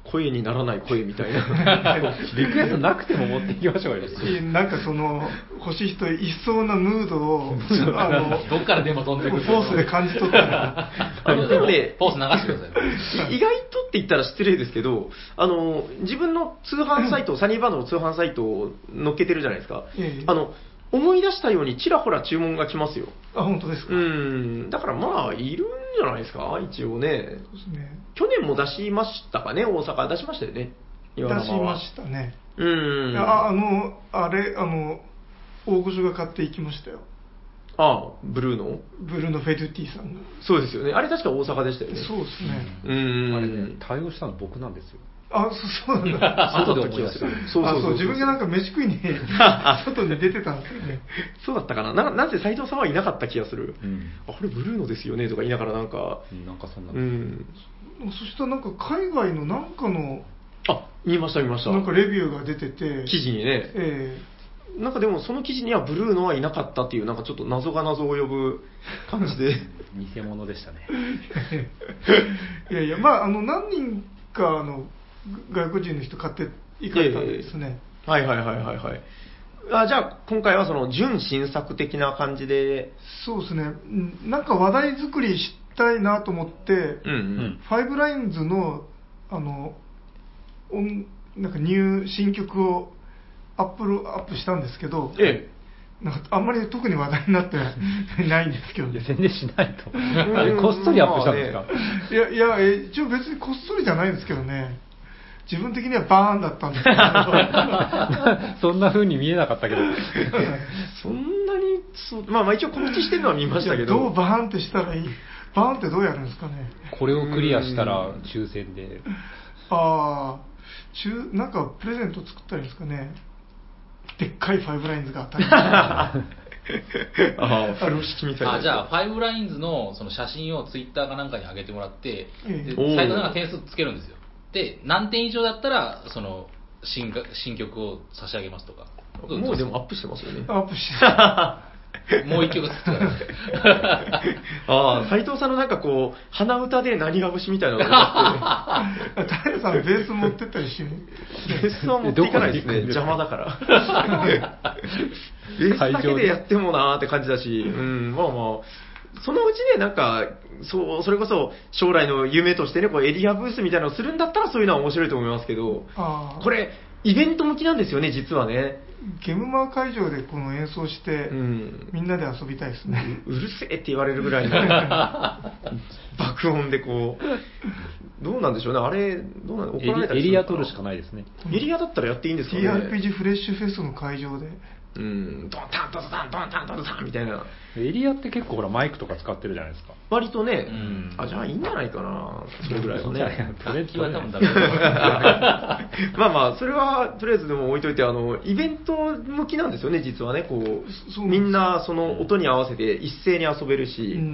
声にならない声みたいな。 リクエストなくても持っていきましょうよ。 なんかその、欲しい人いそうなムードを、あの、 どっからでも飛んでくる。 フォースで感じ取ったら。 あの、でもね、 フォース流してください。 意外とって言ったら失礼ですけど、あの、自分の通販サイト、サニーバードの通販サイトを載っけてるじゃないですか。 ええ、 あの、思い出したようにちらほら注文が来ますよ。 あ、本当ですか。 うん。だからまあ、いるんじゃないですか、一応ね。 そうですね。 去年も出しましたかね、大阪。出しましたよね。 出しましたね。 うん。 あ、あの、あれ、あの、大御所が買っていきましたよ。 ああ、ブルーのブルーのフェドゥティさんが。 そうですよね。あれ確か大阪でしたよね。 そうですね。 うん。 あれね、対応したの僕なんですよ。 あ、そうなんだ。 後で思い出した。 そうそうそう。自分がなんか飯食いに外に出てたんですよね。 そうだったかな。ななぜ斉藤さんはいなかった気がする。 うん、 あ、これブルーノですよねとか言いながらなんか。 なんかそんな。 うん。 そしたらなんか海外のなんかの。 あ、見ました見ました。 なんかレビューが出てて。 記事にね。ええー。なんかでもその記事にはブルーノはいなかったっていうなんかちょっと謎が謎を呼ぶ感じで。 偽物でしたね。 いやいや、まあ、あの、何人かの、外国人の人買って行かれたんですね。 えー、はいはいはいはいはい。あ、じゃあ今回はその純新作的な感じで。 そうですね。なんか話題作りしたいなと思って、うんうん、ファイブラインズのあのなんかニュー新曲をアップルアップしたんですけど、ええ、なんかあんまり特に話題になってないんですけど、ね、 いや宣伝しないとこっそりアップしたんですか。 いやいや、一応別にこっそりじゃないんですけどね。自分的にはバーンだったんですけどそんな風に見えなかったけどそんなにそ、まあ、まあ一応告知してるのは見ましたけど、 どうバーンってしたらいい、バーンってどうやるんですかね。 これをクリアしたら抽選で、 ああ、中なんかプレゼント作ったらいいんですかね。でっかいファイブラインズが当たるああ、風呂敷みたいな。 あ、じゃあファイブラインズのその写真をツイッターかなんかに上げてもらって、ええ、で斉藤さんが点数つけるんですよ。で、何点以上だったらその 新, 新曲を差し上げますとか。 もうでもアップしてますよね。 アップしてもう一曲作ってああ、斉藤さんのなんかこう鼻歌で何が節みたいなのがあって。平さんベース持ってったりしてる。 ベースは持っていかないですね。邪魔だから。ベースだけでやってもなーって感じだし、うん、まあまあ。そのうちね、なんか、そう、それこそ将来の夢としてね、こうエリアブースみたいなのをするんだったらそういうのは面白いと思いますけど、これ、イベント向きなんですよね、実はね。 ゲームマー会場でこの演奏して、うん、みんなで遊びたいですね。 う, うるせえって言われるぐらいの爆音でこう、どうなんでしょうね、あれ、どうなん怒られたりするのかな。 エリア取るしかないですね。 エリアだったらやっていいんですかね。 ティーアールピージー フレッシュフェスの会場で。 うん、ドンタンドンタンドンタンドンタンみたいな。 エリアって結構ほらマイクとか使ってるじゃないですか。 割とね、うん、あ、じゃあいいんじゃないかな、それぐらいはね。 トレッキは多分ダメまあまあ、それはとりあえずでも置いといて、あの、イベント向きなんですよね、実はね、こう、みんなその音に合わせて一斉に遊べるし。 うん、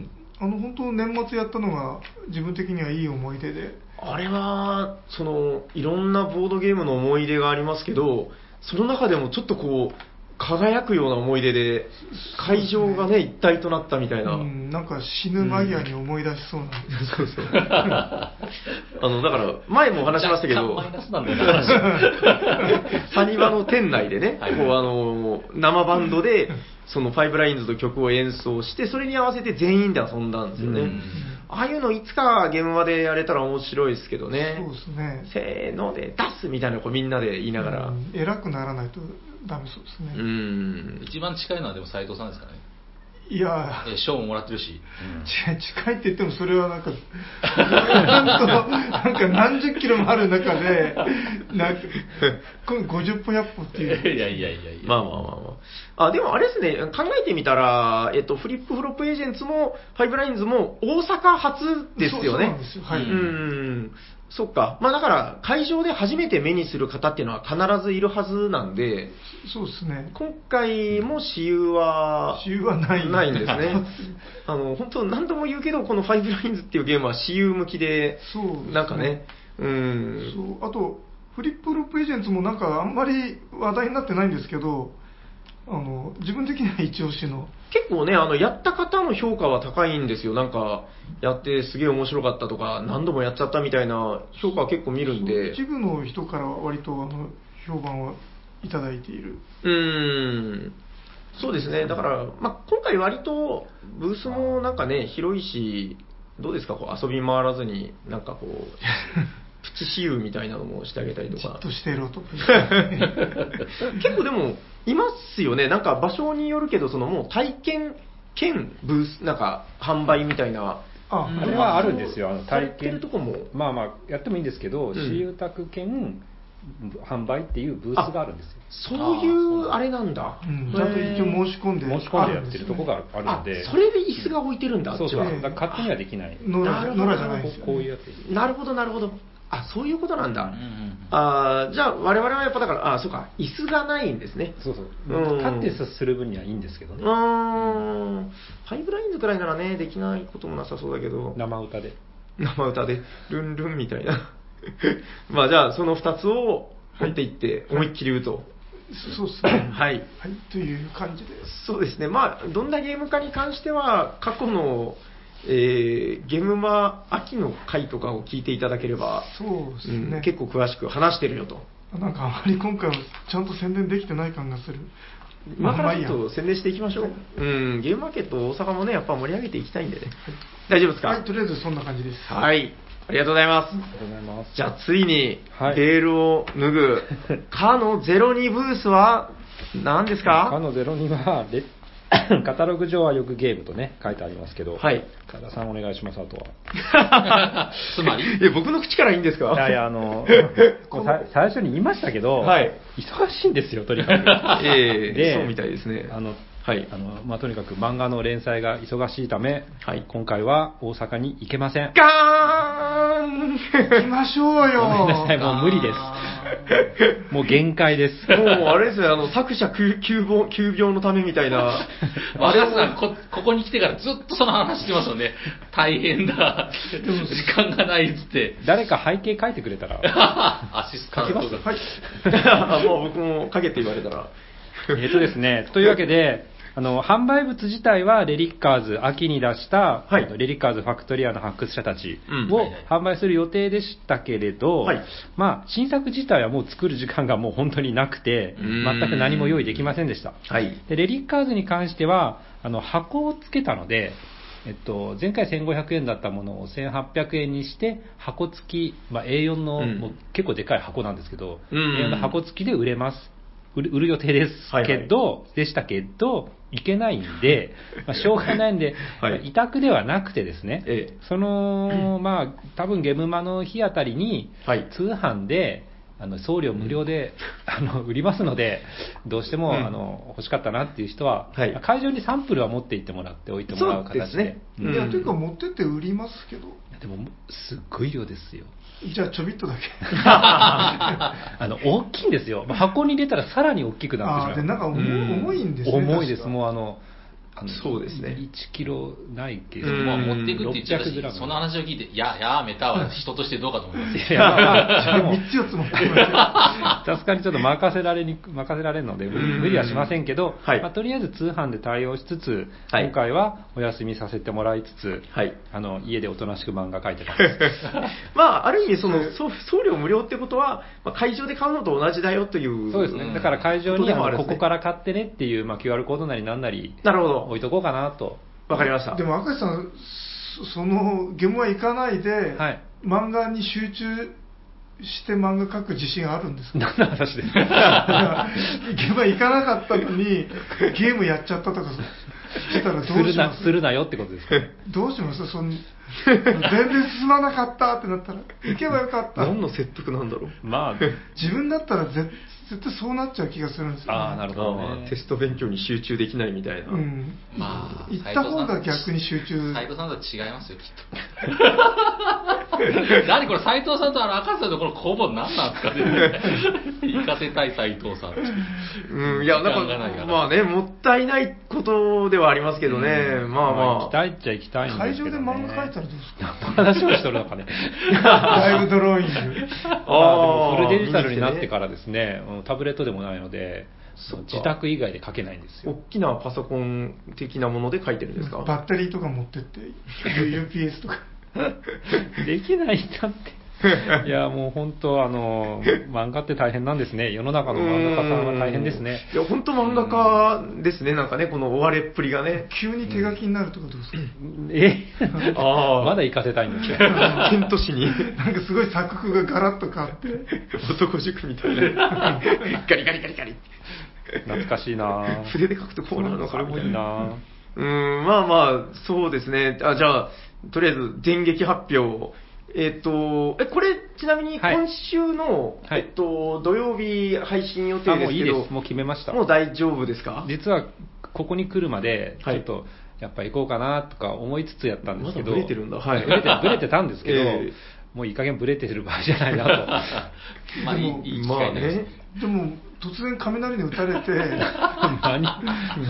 あの、本当年末やったのが自分的にはいい思い出で。 あれは、その、いろんなボードゲームの思い出がありますけど、その中でもちょっとこう、輝くような思い出で、会場がね、一体となったみたいな。 うん、なんか死ぬ間際に思い出しそうなんで、 うん、そうそう。あの、だから、前もお話しましたけど、 マイナスなんだよなサニバの店内でね、はい、こう、あの、生バンドで、そのファイブラインズの曲を演奏して、それに合わせて全員で遊んだんですよね。うん、ああいうのいつか現場でやれたら面白いですけどね。 そうですね。 せーので出すみたいなのをみんなで言いながら。うん、 偉くならないとダメそうですね。 うん。 一番近いのはでも斉藤さんですからね。 いやー、賞ももらってるし、 うん、近いって言ってもそれはなんかなんとなんか何十キロもある中でなんかこのごじゅっぽひゃっぽっていういやいやいやいやまあまあまあまああでもあれですね考えてみたら、えっと、フリップフロップエージェンツもファイブラインズも大阪初ですよね。 そうなんですよ、はい、 うんそっか。まあだから、会場で初めて目にする方っていうのは必ずいるはずなんで、 そうですね。 今回も私有は、 私有はない。 ないんですね。あの、本当何度も言うけど、このファイブラインズっていうゲームは私有向きで、 そうですね。 なんかね、うん。 そう、あと、フリップフロップエージェンツもなんかあんまり話題になってないんですけど、 あの自分的には一押しの。 結構ね、あのやった方の評価は高いんですよ。なんかやってすげえ面白かったとか、何度もやっちゃったみたいな評価は結構見るんで、 一部の人からは割とあの評判をいただいている。 うーん、そうですね。だから、まあ、今回割とブースもなんかね広いし、どうですか、こう遊び回らずになんかこうプチ私有みたいなのもしてあげたりとか。 じっとしてろと。 結構でもいますよね。なんか場所によるけど、そのもう体験兼ブースなんか販売みたいな。 あ、あれはあるんですよ。あの体験とこもまあまあやってもいいんですけど、私有宅兼販売っていうブースがあるんですよ。 そういうあれなんだ。 うん、ちゃんと一応申し込んで申し込んでやってるとこがあるので、 あ、それで椅子が置いてるんだ。あっそうそう。 ちは。 だから勝手にはできない。 野良野良じゃないですよ、ね。 こういうやつ。 なるほどなるほど。あ、そういうことなんだ。 うんうんうん、 あ、じゃあ我々はやっぱだから、あ、そうか、椅子がないんですね。 そうそう。うん、立ってする分にはいいんですけどね。 うーん。ファイブラインズくらいならね、できないこともなさそうだけど。 生歌で。 生歌で、ルンルンみたいな。まあじゃあそのふたつを持っていって思いっきり言うと。 そうですね。 はい。 はい、という感じです。 そうですね。まあどんなゲームかに関しては過去のえー、ゲームマ秋の回とかを聞いていただければ、 そうですね、 うん、結構詳しく話してるよと。 なんかあまり今回はちゃんと宣伝できてない感がする。 今からちょっと宣伝していきましょう。はい、うん、ゲームマーケット大阪もね、やっぱ盛り上げていきたいんでね。はい、大丈夫ですか？ はい、とりあえずそんな感じです。 はい。ありがとうございます。 ありがとうございます。 じゃあついにベールを脱ぐ、かのゼロにブースは何ですか？ かのゼロにはレカタログ上はよくゲームとね書いてありますけど、はい、加田さんお願いします。あとはつまりいや僕の口からいいんですか？ いやいや、あの最初に言いましたけど、 はい、 忙しいんですよとにかく。 えー、 でそうみたいですね。 あのはい、あのまあ、とにかく漫画の連載が忙しいため、はい、今回は大阪に行けません。 ガーン行きましょうよ。 ごめんなさい、もう無理です。もう限界です。 もうあれですね、あの作者急病急病のためみたいな。 あれさんこここに来てからずっとその話してますよね。大変だ。でも時間がないっつって。 誰か背景書いてくれたら。 アシスタントが。 はい。もう僕も書けって言われたら。 えっとですね、というわけで。あの販売物自体はレリッカーズ秋に出した、はい、レリッカーズファクトリアの発掘者たちを販売する予定でしたけれど、はい、まあ、新作自体はもう作る時間がもう本当になくて全く何も用意できませんでした。はい、でレリッカーズに関してはあの箱をつけたので、えっと、前回せんごひゃくえんだったものをせんはっぴゃくえんにして箱付き、まあ、エーよん の、うん、もう結構でかい箱なんですけど、エーよん の箱付きで売れます。売る、売る予定ですけど、はいはい、でしたけどいけないんで、まあ、しょうがないんで、はい、委託ではなくてですね、ええ、そのまあ多分ゲムマの日あたりに通販で、はい、あの送料無料で、うん、あの売りますので、どうしても、うん、あの欲しかったなっていう人は、はい、会場にサンプルは持って行ってもらっておいてもらう形で。そうですね。 うん、いやというか持ってって売りますけど。 でもすっごい量ですよ。 じゃあちょびっとだけあの大きいんですよ。箱に入れたらさらに大きくなってしまう。 あでなんか重い、重いんですね。 重いです。もうあのあのそうですね。 いちキロないけど、 まあ持っていくって言っちゃったし、その話を聞いて、いや、やめたは人としてどうかと思います。 いや、まあ、 でもみっつよっつ持ってきますよ。さすがにちょっと任せられに任せられるので無理はしませんけど、はいまあ、とりあえず通販で対応しつつ、はい、今回はお休みさせてもらいつつ、はい、あの家でおとなしく漫画描いてます。 まあある意味その送料無料ってことは、まあ、会場で買うのと同じだよという。 そうですね。だから会場に、ね、ここから買ってねっていう、まあ、キューアール コードなりなんなりなるほど置いとこうかなと。 わかりました。 でも赤石さん、そのゲームは行かないで、はい、漫画に集中して漫画描く自信あるんですか？ 何の話ですか？ ゲームは行かなかったのにゲームやっちゃったとかしたらどうします？するな、 するなよってことですか？ どうします？その全然進まなかったってなったら行けばよかった。 何の説得なんだろう。 まあ自分だったら絶絶対そうなっちゃう気がするんですよ、ね。 ああ、なるほど、ね、 テスト勉強に集中できないみたいな。うん。 まあ、行った方が逆に集中。 斉藤さんとは違いますよ、きっと。何これ、斉藤さんとあの赤瀬さんのこの攻防何なんですかね。行かせたい斉藤さん。 うん、いや、なんか、まあね、もったいないことではありますけどね。うん、まあまあ。 行きたいっちゃ行きたいんですけど、ね。 会場で漫画描いたらどうですか？ 話をしとるのかね。 ライブドローイング。 ああ、でもフルデジタルになってからですね、タブレットでもないので、 自宅以外で書けないんですよ。 大きなパソコン的なもので書いてるんですか？ バッテリーとか持ってって ユーピーエス とかできないんだって。いやもう本当あの漫画って大変なんですね。世の中の漫画家さんは大変ですね。 いや本当漫画家ですね。なんかねこの追われっぷりがね。 急に手書きになるってことですか？ えあまだ行かせたいんですよ。 ケント氏になんかすごい作風がガラッと変わって男塾みたいなガリガリガリガリ懐かしいな。 筆で書くとこうなるのか。 それもいいな。 うーんまあまあそうですね。あじゃあとりあえず電撃発表。えっと、え、これ、ちなみに今週の、はい、えっと、土曜日配信予定ですけど、あ、 もういいです。もう決めました。 もう大丈夫ですか？ 実は、ここに来るまで、ちょっと、はい、やっぱ行こうかなとか思いつつやったんですけど、 まだブレてるんだ。はい。 ブレて、ブレてたんですけど、えー、もういい加減ブレてる場合じゃないなと。 まあ、いい、いい機会です。 でも、突然雷に打たれて、 何バーン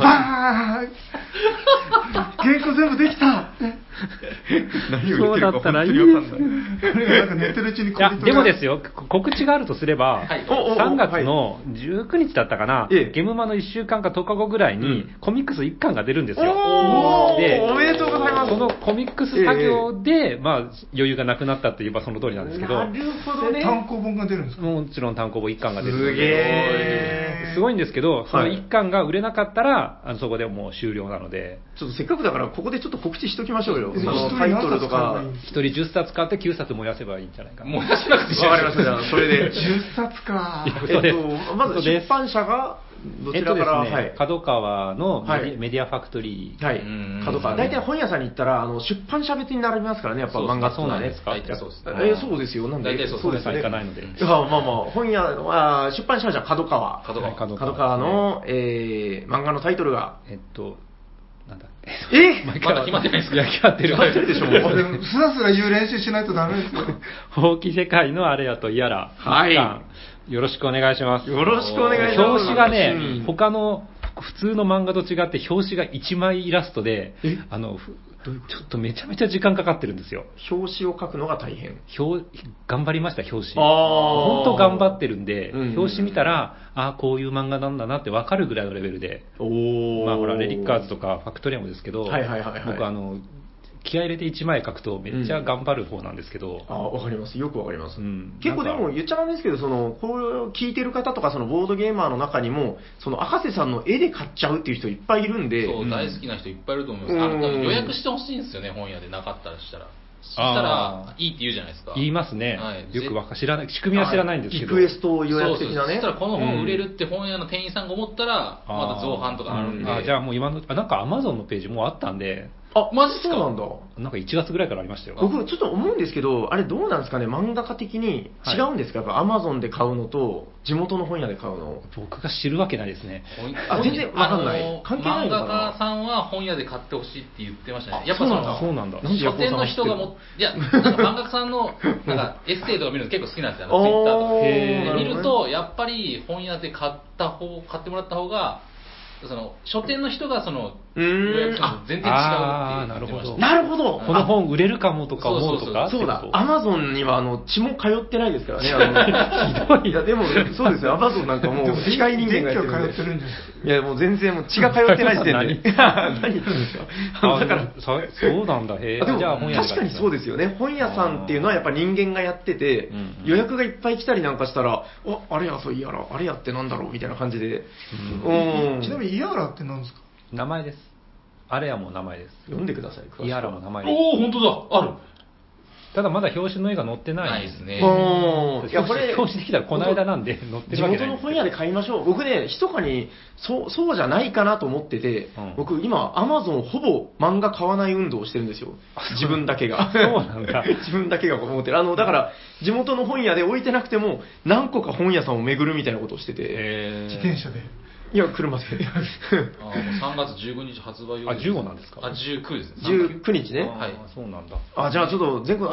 原稿全部できた何を言ってるか本当に分かんない。 これがなんか寝てるうちにいや、でもですよ、告知があるとすれば、はい、さんがつのじゅうくにちだったかな、はい、ゲムマのいっしゅうかんかとおかごぐらいに、うん、コミックスいっかんが出るんですよ。 おでおめでとうございます。 そのコミックス作業で、えー、まあ、余裕がなくなったといえばその通りなんですけど、 なるほどね。単行本が出るんですか？ もちろん単行本いっかんが出る。 すげー。 すごいんですけど、そのいっかんが売れなかったら、あのそこでもう終了なので。 ちょっとせっかくだからここでちょっと告知しときましょうよ。そのタイトルとか。 ひとりじゅっさつ買ってきゅうさつ燃やせばいいんじゃないかな。 燃やしなくていい。 わかりました。じゃあそれで。 じゅっさつか。 えっと、まず出版社が、どちらから、 えっとですね、はい、角川のメディ、はい、メディアファクトリー。 はい。角川。大体本屋さんに行ったら、あの、出版社別に並びますからね、やっぱ漫画そうなんね。 ですか？ 大体そうです。 えー、そうですよ。なんで大体そうですね。行かないので。 いや、まあまあ、本屋は、出版社はじゃあ角川。 角川。 角川の、えー、漫画のタイトルが。 えっと、なんだえまだ決まってないですか？ いや、決まってる。 決まってるでしょ、もう。 スラスラ言う練習しないとダメですよ。 ほうき世界のあれやと嫌ら。 はい。 よろしくお願いします。 よろしくお願いします。 表紙がね、うん、他の普通の漫画と違って表紙がいちまいイラストで、あの、ちょっとめちゃめちゃ時間かかってるんですよ。 表紙を描くのが大変。 表頑張りました、表紙。 本当頑張ってるんで、うん、表紙見たら、ああ、こういう漫画なんだなって分かるぐらいのレベルで。 おまあほら、レリッカーズとかファクトリアムですけど、 はいはいはいはい、 僕あの、気合入れていちまい書くとめっちゃ頑張る方なんですけど、 うん、あわかります。よくわかります、 うん、 結構でも言っちゃなんですけど、そのこう聞いてる方とかそのボードゲーマーの中にもその赤瀬さんの絵で買っちゃうっていう人いっぱいいるんで、 そう、うん、大好きな人いっぱいいると思います。あの予約してほしいんですよね、本屋でなかったらしたら。そしたらいいって言うじゃないですか。 言いますね、はい、よくわか知らない仕組みは知らないんですけど、 リクエスト予約的なね。 そしたらこの本売れるって本屋の店員さんが思ったら、うん、また造反とかあるんで、 あじゃあもう今のあなんかアマゾンのページもうあったんで、 あ、マジっすか？そうなんだ。 なんかいちがつぐらいからありましたよ。 僕ちょっと思うんですけど、あれどうなんですかね、漫画家的に違うんですか？はい、やっぱアマゾンで買うのと地元の本屋で買うの。 僕が知るわけないですね。 あ、全然わかんない。関係ないのかな。 漫画家さんは本屋で買ってほしいって言ってましたね。 やっぱそうなんだ。 書店の人がもいやなんか漫画家さんのなんかエッセイとか見るの結構好きなんですよ。ツイッターとかで見るとやっぱり本屋で買った方買ってもらった方が。その書店の人がその予約するのと全然違うって言ってました。 なるほど。 この本売れるかもとか思うとか。 そうだ。アマゾンにはあの血も通ってないですからね。あのひどい。いやでもそうですよ。アマゾンなんかもう機械人間がやってるんで。 通ってるんじゃないいやもう全然もう血が通ってない時点で。何言ってるんですか。だからそうなんだ。へえ。 でも確かにそうですよね。本屋さんっていうのはやっぱ人間がやってて予約がいっぱい来たりなんかしたら、おあれやそういやらあれやってなんだろうみたいな感じで。 うん。ちなみにイヤーラって何ですか？ 名前です。あれやも名前です。 読んでください。 イヤーラも名前です。 おお、本当だ。ある。 ただまだ表紙の絵が載ってないですね。 いやこれ表紙できたらこの間なんで載ってるわけない。 地元の本屋で買いましょう。僕ね、密かにそうそうじゃないかなと思ってて、うん、僕今アマゾンほぼ漫画買わない運動をしてるんですよ。自分だけが。 そうなんだ。 自分だけが思ってる。あのだから地元の本屋で置いてなくても何個か本屋さんを巡るみたいなことをしてて、 自転車で。 いや、車で。 あもうさんがつじゅうごにち発売予定。 あ、じゅうごなんですか？ あ、じゅうくですね。 じゅうくにちね。 はい。 そうなんだ。 あ、じゃあちょっと全国、あ、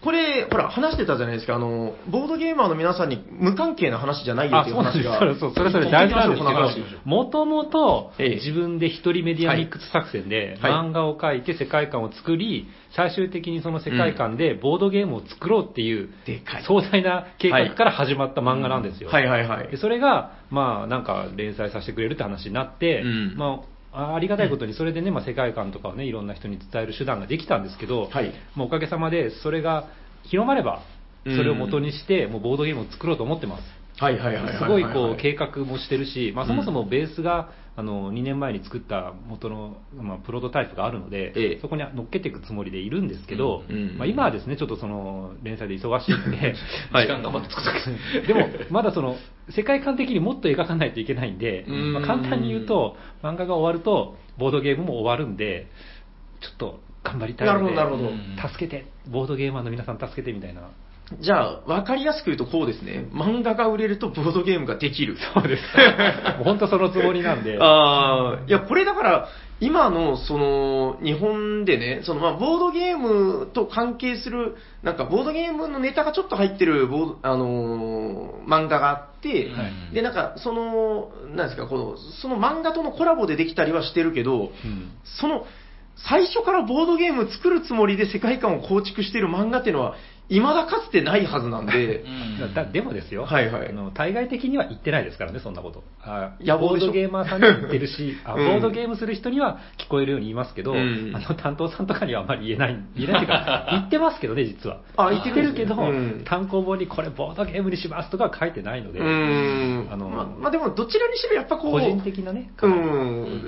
これ、ほら、話してたじゃないですか、あの、ボードゲーマーの皆さんに無関係な話じゃないよっていう話が。 そうそう、それそれ大事なんですけど、もともと自分で一人メディアミックス作戦で漫画を描いて世界観を作り、最終的にその世界観でボードゲームを作ろうっていう壮大な計画から始まった漫画なんですよ。 はいはいはい。 でそれが、まあ、なんか連載させてくれるって話になって、うん、まあ、ありがたいことにそれでね、まあ、世界観とかをねいろんな人に伝える手段ができたんですけど、はい、もうおかげさまでそれが広まればそれを元にしてもうボードゲームを作ろうと思ってます。 はいはいはいはい。 すごいこう計画もしてるし、まあ、そもそもベースがあのにねんまえに作った元の、まあ、プロトタイプがあるので、ええ、そこに乗っけていくつもりでいるんですけど、うんうん、まあ、今はですねちょっとその連載で忙しいので時間がまだ作ってでもまだその世界観的にもっと描かないといけないんで、まあ、簡単に言うと漫画が終わるとボードゲームも終わるんでちょっと頑張りたいので、 なるほどなるほど、助けてボードゲーマーの皆さん助けてみたいな。 じゃあ、わかりやすく言うとこうですね。漫画が売れるとボードゲームができる。 そうです。本当そのつもりなんで。 ああ、いや、これだから、今の、その、日本でね、その、まあ、ボードゲームと関係する、なんか、ボードゲームのネタがちょっと入ってる、ボーあのー、漫画があって、はい、で、なんか、その、なんですか、この、その漫画とのコラボでできたりはしてるけど、うん、その、最初からボードゲーム作るつもりで世界観を構築している漫画っていうのは、未だかつてないはずなんで、 うん、だでもですよ、 はいはい、 あの対外的には言ってないですからね、そんなこと。あボードゲーマーさんには言ってるし、あ、ボードゲームする人には聞こえるように言いますけど、うん、あの担当さんとかにはあまり言えない、言えないっていうか、言ってますけどね、実は。 あ、 言ってるけど、うん、単行本にこれボードゲームにしますとかは書いてないので、 うんあのままあ、でもどちらにしろやっぱこう、 個人的なね、 うん、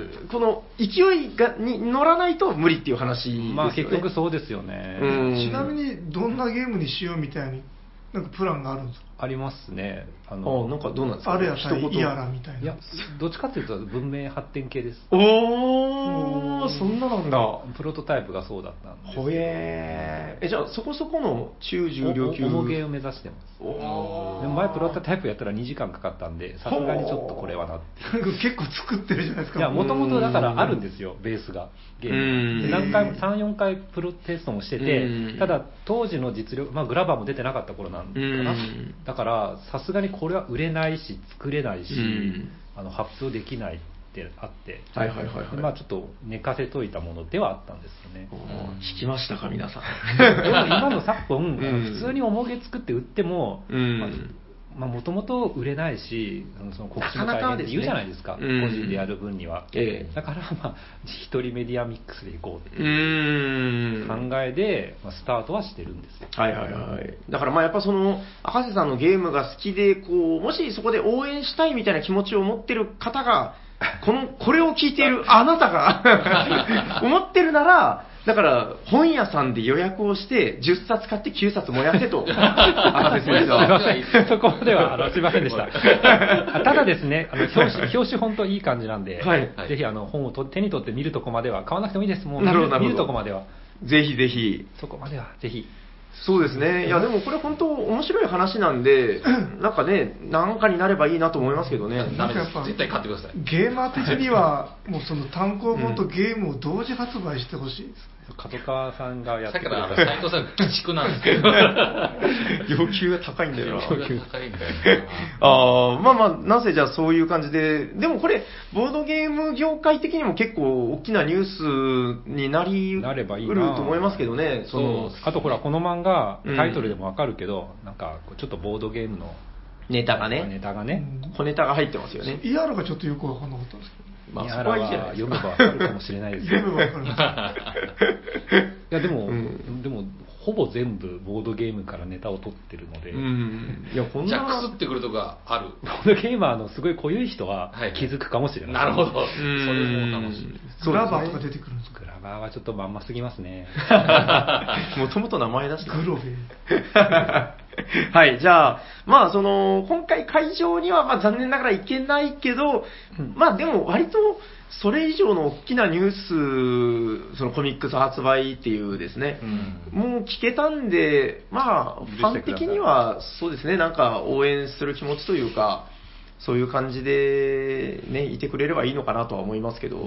この勢いがに乗らないと無理っていう話ですよね。 まあ結局そうですよね。 ちなみにどんなゲームにしようみたいななんかプランがあるんですか？ ありますね。 あの、あなんかどうなんですか？ あるや対イヤラみたいな。 いや、どっちかっていうと文明発展系です。 おー、そんななんだ。 プロトタイプがそうだったんです。 ほえー。え、じゃあそこそこの中重量級重ゲーを目指してます。おー。でも前プロトタイプやったらにじかんかかったんで、さすがにちょっとこれはなって。 結構作ってるじゃないですか。 いや、もともとだからあるんですよ、ベースが。ゲームで何回も、さん、よんかいプロテストもしてて、ただ当時の実力、まあグラバーも出てなかった頃なんかな。だからさすがにこれは売れないし作れないし、あの発表できないってあって、 はいはいはいはい、 まあちょっと寝かせといたものではあったんですよね。 聞きましたか皆さん。 でも今の昨今、うん、普通に重げ作って売っても、まあもともと売れないし、その告知も大変って言うじゃないですか、 うん、 個人でやる分には、ええ、だからまあ一人メディアミックスでいこうっていう考えで、まあ、スタートはしてるんですよ。 はいはいはい。だからまあやっぱその赤瀬さんのゲームが好きでこうもしそこで応援したいみたいな気持ちを持ってる方がこのこれを聞いているあなたが思ってるなら。だから、本屋さんで予約をして、じゅっさつ買ってきゅうさつ燃やせと。赤瀬先生は。 そこまでは、あの、すいませんでした。ただですね、あの表紙、表紙本当いい感じなんで、はい、ぜひあの、本をと手に取って見るとこまでは、買わなくてもいいです。もう見る、見るとこまでは。 ぜひぜひ。 そこまでは、ぜひ。 そうですね。いや、でもこれ本当面白い話なんで、なんかね、なんかになればいいなと思いますけどね。 なんかやっぱ、絶対買ってください。 ゲーマー的には、もうその単行本とゲームを同時発売してほしいです。 角川さんがやってくれた。 さっきから斉藤さん鬼畜なんですけど要求が高いんだよな。 要求が高いんだよな。ああ、まあまあ、なぜじゃあそういう感じで、でもこれ、ボードゲーム業界的にも結構大きなニュースになりうると思いますけどね。 そのあとほら、この漫画、タイトルでもわかるけど、うん、なんかちょっとボードゲームのネタがね。 ネタがね。 小ネタが入ってますよね。 イアールがちょっとよくわかんなかったんですけど。 まあ、そこはいいじゃないですか。読めばわかるかもしれないですけど。 読めばわかるんですいや、でも、うん、でも、ほぼ全部ボードゲームからネタを取ってるので。うん、 いや、こんな。じゃあ、くすってくるとかある。 ボードゲーマーのすごい濃ゆい人は気づくかもしれない。 はい、なるほど。それも楽しい。 グラバーとか出てくるんですか？ グラバーはちょっとまんますぎますね。 もともと名前出してグロベー。 はい、じゃあ、まあ、その、今回会場には、まあ、残念ながら行けないけど、うん、まあ、でも、割と、それ以上の大きなニュース、そのコミックス発売っていうですね、うん、もう聞けたんで、まあ、ファン的には、そうですね、なんか、応援する気持ちというか、そういう感じで、ね、いてくれればいいのかなとは思いますけど、うん、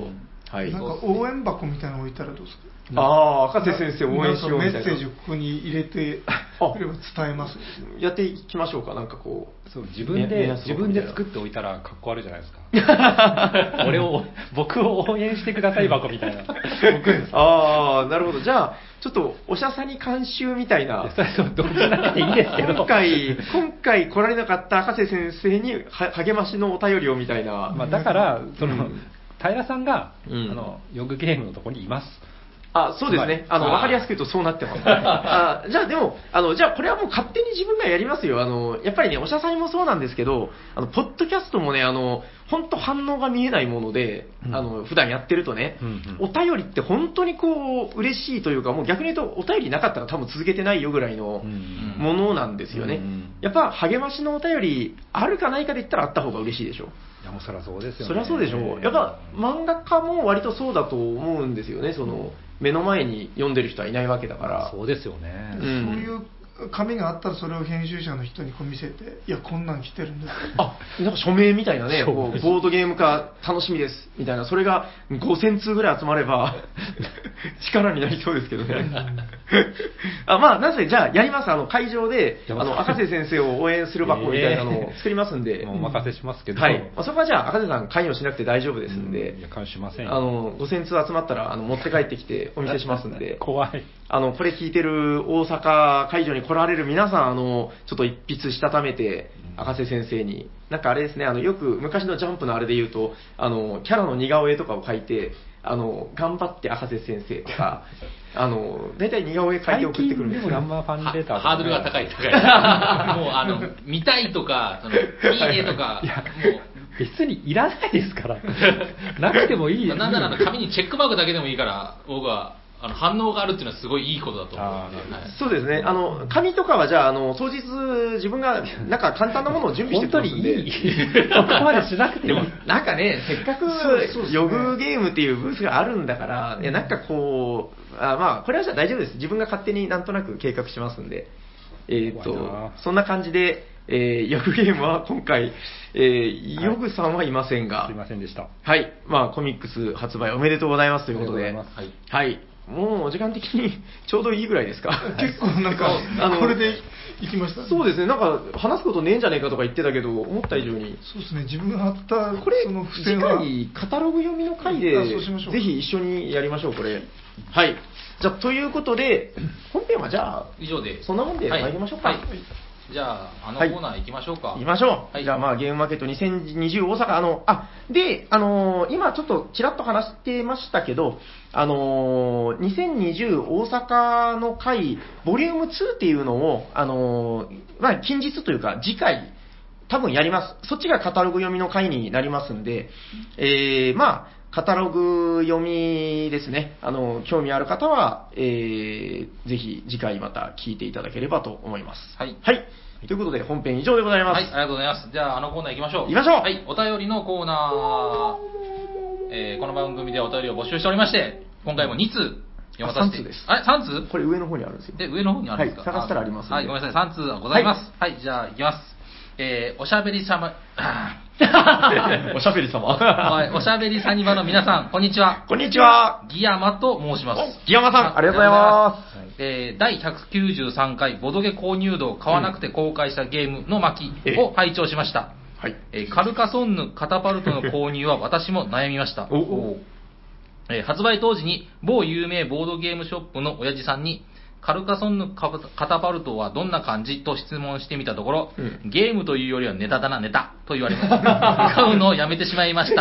はい、なんか応援箱みたいなの置いたらどうですか。 ああ、赤瀬先生応援しようみたいな。 メッセージをここに入れてくれば伝えます。 やっていきましょうか、なんかこう。 そう、自分で、自分で作っておいたらかっこ悪いじゃないですか。俺を、僕を応援してください箱みたいな。 ああ、なるほど。じゃあ、ちょっと、おしゃさに監修みたいな。 どっちだけでいいですけど。 今回、今回来られなかった赤瀬先生に励ましのお便りをみたいな。 まあ、だから、その、うん、平さんが、うん、あの、ヨグゲームのところにいます。 あ、そうですね。あの、わかりやすく言うとそうなってます。あ、じゃあでも、あの、じゃあこれはもう勝手に自分がやりますよ。あの、やっぱりね、おしゃさんもそうなんですけど、あの、ポッドキャストもね、あの、本当反応が見えないもので、うん、あの、普段やってるとね、うんうん、お便りって本当にこう、嬉しいというか、もう逆に言うと、お便りなかったら多分続けてないよぐらいのものなんですよね。うんうん、やっぱ、励ましのお便り、あるかないかで言ったらあった方が嬉しいでしょ。 いやもうそりゃそうですよね。 そりゃそうでしょう。やっぱ、漫画家も割とそうだと思うんですよね、その、目の前に読んでる人はいないわけだから。 そうですよね。 うん、そういう紙があったらそれを編集者の人にこう見せて、いやこんなん来てるんです。 あ、なんか署名みたいなね、こうボードゲーム化楽しみですみたいな、それがごせんつうぐらい集まれば力になりそうですけどね。あ、まあなぜじゃあやります。あの会場であの赤瀬先生を応援する箱みたいなのを作りますんで、 えー、もうお任せしますけど、 はい。まあ、そこはじゃあ赤瀬さん関与しなくて大丈夫ですんで、 うん、いや関与しませんよ。 あのごせんつう集まったらあの持って帰ってきてお見せしますんで。 怖い。 あのこれ聞いてる大阪会場に来られる皆さん、あのちょっと一筆したためて赤瀬先生に、なんかあれですね、あのよく昔のジャンプのあれで言うと、あのキャラの似顔絵とかを描いて、あの頑張って赤瀬先生とか、あの大体似顔絵描いて送ってくるんですよ。 でもナンバーファンレター、ね、 ハードルが高い高い。もうあの見たいとか、そのいいねとか、 いやもう別にいらないですから。なくてもいい。 なんならあの紙にチェックマークだけでもいいから、僕は。あの反応があるっていうのはすごいいいことだと思うので、はい、 そうですね。あの紙とかはじゃあ、あの当日自分がなんか簡単なものを準備してくるんで、 本当にいい。そこまでしなくていい。でもなんかね、せっかくヨグゲームっていうブースがあるんだから、いやなんかこう、あまあこれはじゃあ大丈夫です。自分が勝手になんとなく計画しますんで、えー、っとそんな感じで。えー、ヨグゲームは今回、えー、ヨグさんはいませんが、 すいませんでした。 はい、まあコミックス発売おめでとうございますということで、はい、はい、もう時間的にちょうどいいぐらいですか。 結構なんかあのこれでいきました、ね。 そうですね、なんか話すことねえんじゃねえかとか言ってたけど、思った以上に。 そうですね、自分が貼ったこれその付箋は次回カタログ読みの回でぜひ一緒にやりましょうこれ。はい。じゃあということで本編はじゃあ以上でそんなもんで参りましょうか。はいはい、 じゃあ、あのコーナー行きましょうか。はい、 行きましょう。はい、じゃあ、まあ、ゲームマーケットにせんにじゅう大阪、あの、あ、で、あのー、今ちょっとちらっと話してましたけど、あのー、にせんにじゅう大阪の回、ボリュームツーっていうのを、あのー、まあ、近日というか、次回、多分やります。そっちがカタログ読みの回になりますんで、えー、まあ、カタログ読みですね。あの、興味ある方は、えー、ぜひ次回また聞いていただければと思います。 はい。 はい。ということで、本編以上でございます。 はい、ありがとうございます。じゃあ、あのコーナー行きましょう。 行きましょう。 はい、お便りのコーナー。えー、この番組ではお便りを募集しておりまして、今回もにつう読まさせて。 さんつうです。 あれ、さんつうこれ上の方にあるんですよ。 で、上の方にあるんですか。 はい、探したらあります。 はい、ごめんなさい、さんつうございます。はい、はい、じゃあ、行きます。えー、おしゃべり様、 おしゃべり様はい、おしゃべりサニバの皆さん、こんにちは。 こんにちは。 ギヤマと申します。 ギヤマさん、ありがとうございます。 えー、だいひゃくきゅうじゅうさんかい、ボドゲ購入度を買わなくて公開したゲームの巻を拝聴しました。はい、えー、カルカソンヌカタパルトの購入は私も悩みました。おおえー、発売当時に某有名ボードゲームショップの親父さんに、カルカソンヌカタパルトはどんな感じと質問してみたところ、うん、ゲームというよりはネタだなネタと言われました買うのをやめてしまいました。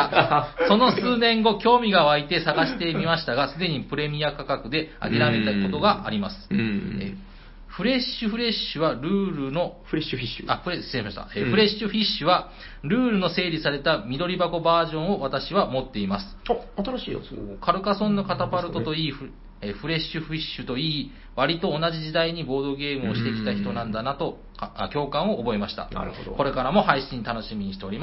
その数年後興味が湧いて探してみましたが、すでにプレミア価格で諦めたことがあります。えー、フレッシュフレッシュはルールのフレッシュフィッシュあフレ失礼しました、えーうん、フレッシュフィッシュはルールの整理された緑箱バージョンを私は持っています。 あ、新しいやつ。 カルカソンヌカタパルトといい、フえフレッシュフィッシュといい、割と同じ時代にボードゲームをしてきた人なんだなと共感を覚えました。 なるほど。 これからも配信楽しみにしております。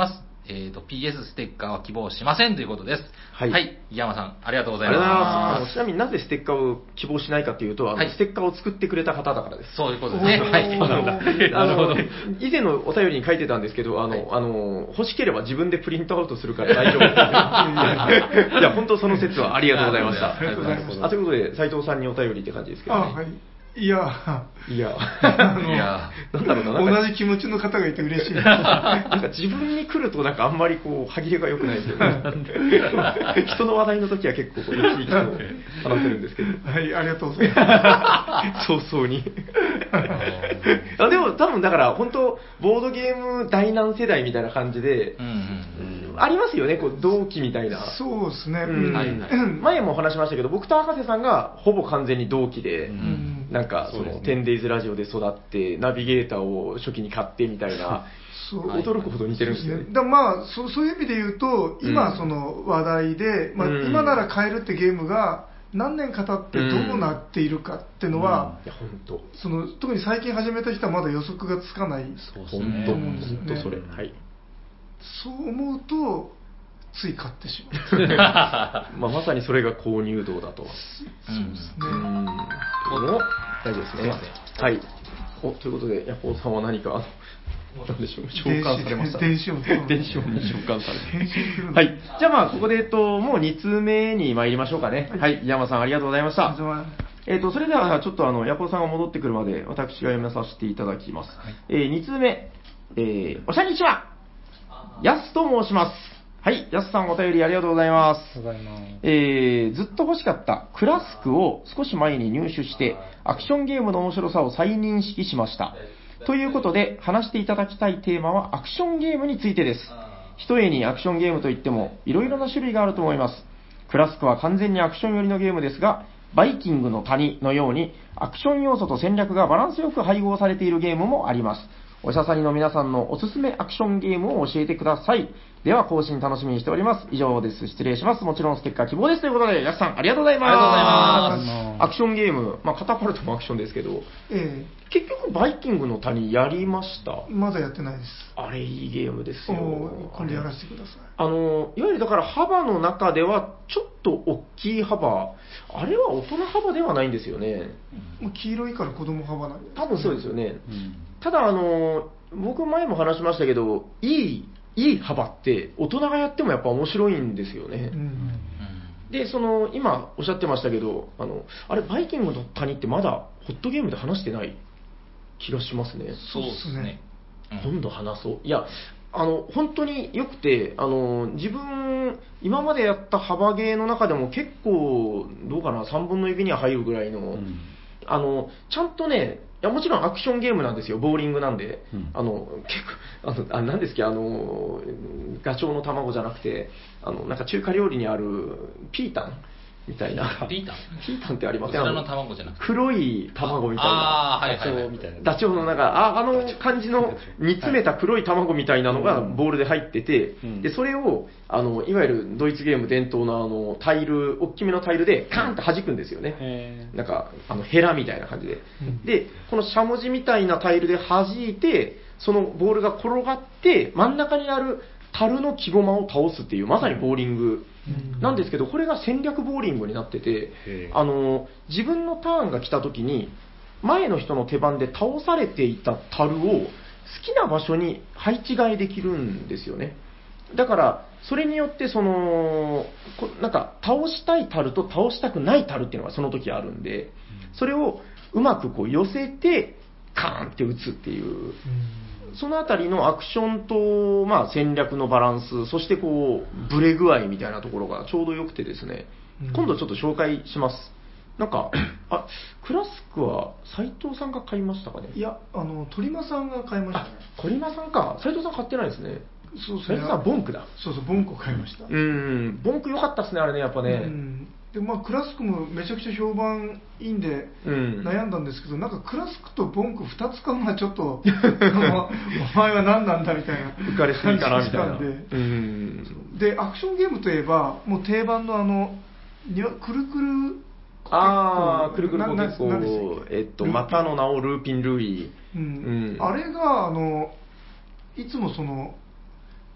えーと、ピーエス ステッカーは希望しませんということです。 はい。 はい。井山さん、ありがとうございありがとうございまます。ちなみになぜステッカーを希望しないかっていうと、あの、 はいステッカーを作ってくれた方だからです。 そういうことですね。はい。 そうなんだ。なるほど。 以前のお便りに書いてたんですけど、あの、 はいあの、欲しければ自分でプリントアウトするから大丈夫。いや、本当その説はありがとうございました。 ありがとうございましたあ、ということで、斉藤さんにお便りって感じですけど、ね。 あ、はい。いや、 いや、 あの、 いやなんだろうな、なんか同じ気持ちの方がいて嬉しいです。 なんか自分に来るとなんかあんまりこう、歯切れが良くないですよね。人の話題の時は結構こう、生き生きと話せるんですけど。 はい、ありがとうございま早々に。あでも多分だから本当、ボードゲーム第何世代みたいな感じで、 うんうんうんありますよね、こう同期みたいな。 す。そうですね。 うんはいはい前もお話しましたけど、僕と博士さんがほぼ完全に同期で、 うんなんかその、 そうですねテンデイズラジオで育って、ナビゲーターを初期に買ってみたいな、 そう驚くほど似てるんですよね。 だまあそ、そういう意味で言うと、今、 うんその話題で、まあ、 うん今なら買えるってゲームが、何年か経ってどうなっているかっていうのは、 いや、本当。 その特に最近始めた人はまだ予測がつかない、 そうです本ね。 当、 と思うんですよね本当それ。はい。 そう思うと、つい買ってしまう。 まあ、まさにそれが購入道だと。 そうですね。 うん。とも大丈夫ですね。はい。お、ということで、ヤホーさんは何か、あの、なんでしょう、召喚されました。 電子音電子音に召喚されて。 返信来るのはい。じゃあまあ、ここで、えっと、もうに通目に参りましょうかね。はい。山さん、ありがとうございました。 ありがとうございますえっと、それでは、ちょっとあの、ヤコウさんが戻ってくるまで、私が読めさせていただきます。えー、に通目、えー、おしゃにちはやすと申します。はい、やすさんお便りありがとうございます。 ありがとうございます。 えー、ずっと欲しかったクラスクを少し前に入手して、アクションゲームの面白さを再認識しました。ということで、話していただきたいテーマはアクションゲームについてです。ひとえにアクションゲームといっても、いろいろな種類があると思います。クラスクは完全にアクション寄りのゲームですが、バイキングの谷のように、アクション要素と戦略がバランスよく配合されているゲームもあります。おしゃさにの皆さんのおすすめアクションゲームを教えてください。では、更新楽しみにしております。以上です。失礼します。もちろんステッカー希望です。ということで、やすさん、ありがとうございます。 ありがとうございますアクションゲーム、まあ、カタパルトもアクションですけど、 え結局、バイキングの谷やりましたえ。まだやってないです。 あれ、いいゲームですよ。 おー今度やらせてください。 あの、いわゆるだから幅の中では、ちょっと大きい幅、あれは大人幅ではないんですよね。 もう黄色いから子供幅なんで。 多分そうですよね。 うんただ、あの、僕前も話しましたけど、いい、いい幅って大人がやってもやっぱ面白いんですよね。 うん。 で、その、今おっしゃってましたけど、あの、あれ、バイキングの谷ってまだホットゲームで話してない気がしますね。 そうですね。うん今度話そう。いや、あの、本当に良くて、あの、自分、今までやった幅ゲーの中でも結構、どうかな、さんぼんの指には入るぐらいの、 うんあの、ちゃんとね、いやもちろんアクションゲームなんですよ、ボーリングなんで。 うんあの、結構、あの、あなんですっけ、あの、ガチョウの卵じゃなくて、あの、なんか中華料理にあるピータンみたいな。 ピータンピータンってありませんこちらの卵じゃなくて。 黒い卵みたいな。 あーはいはいはいダチョウみたいなダチョウのなんか、ああの感じの煮詰めた黒い卵みたいなのがボールで入ってて、 うんで、それを、あの、いわゆるドイツゲーム伝統のあの、タイル、大きめのタイルでカーンって弾くんですよね。 へーなんか、あの、ヘラみたいな感じで。 うんで、このしゃもじみたいなタイルで弾いて、そのボールが転がって、真ん中にある樽の木駒を倒すっていう、まさにボーリングなんですけど、これが戦略ボーリングになっててへ、ーあの、自分のターンが来た時に、前の人の手番で倒されていた樽を好きな場所に配置換えできるんですよね。だから、それによって、その、こなんか、倒したい樽と倒したくない樽っていうのがその時あるんで、それをうまくこう寄せて、カーンって打つっていう、そのあたりのアクションと、まあ、戦略のバランス、そしてこう、ブレ具合みたいなところがちょうど良くてですね、 うん今度ちょっと紹介します。なんか、あ、クラスクは斉藤さんが買いましたかねいや、あの、鳥間さんが買いましたあね。、 小島さんか。斉藤さん買ってないですね。 そうですね。 斉藤さんはボンクだ。 そうそう、ボンクを買いました。 うん、ボンク良かったですね、あれね、やっぱね。 うんでまあ、クラスクもめちゃくちゃ評判いいんで、 うん悩んだんですけど、なんかクラスクとボンクふたつ買うのはちょっと、お前は何なんだみたいな浮かれすぎかな、みたいな。 感じがしたんでうん。 で、アクションゲームといえば、もう定番のあの、にわくるくる、 あー、くるくるこな結構ななんでしたっ、けえっと、 ルーピンまたの名をルーピンルーイ。 うんうんあれが、あの、いつもその、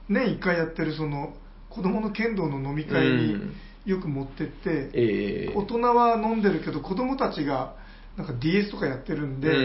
年いっかいやってるその子供の剣道の飲み会によく持ってって、うんえー、大人は飲んでるけど子供たちがなんか ディーエス とかやってるんで、うん、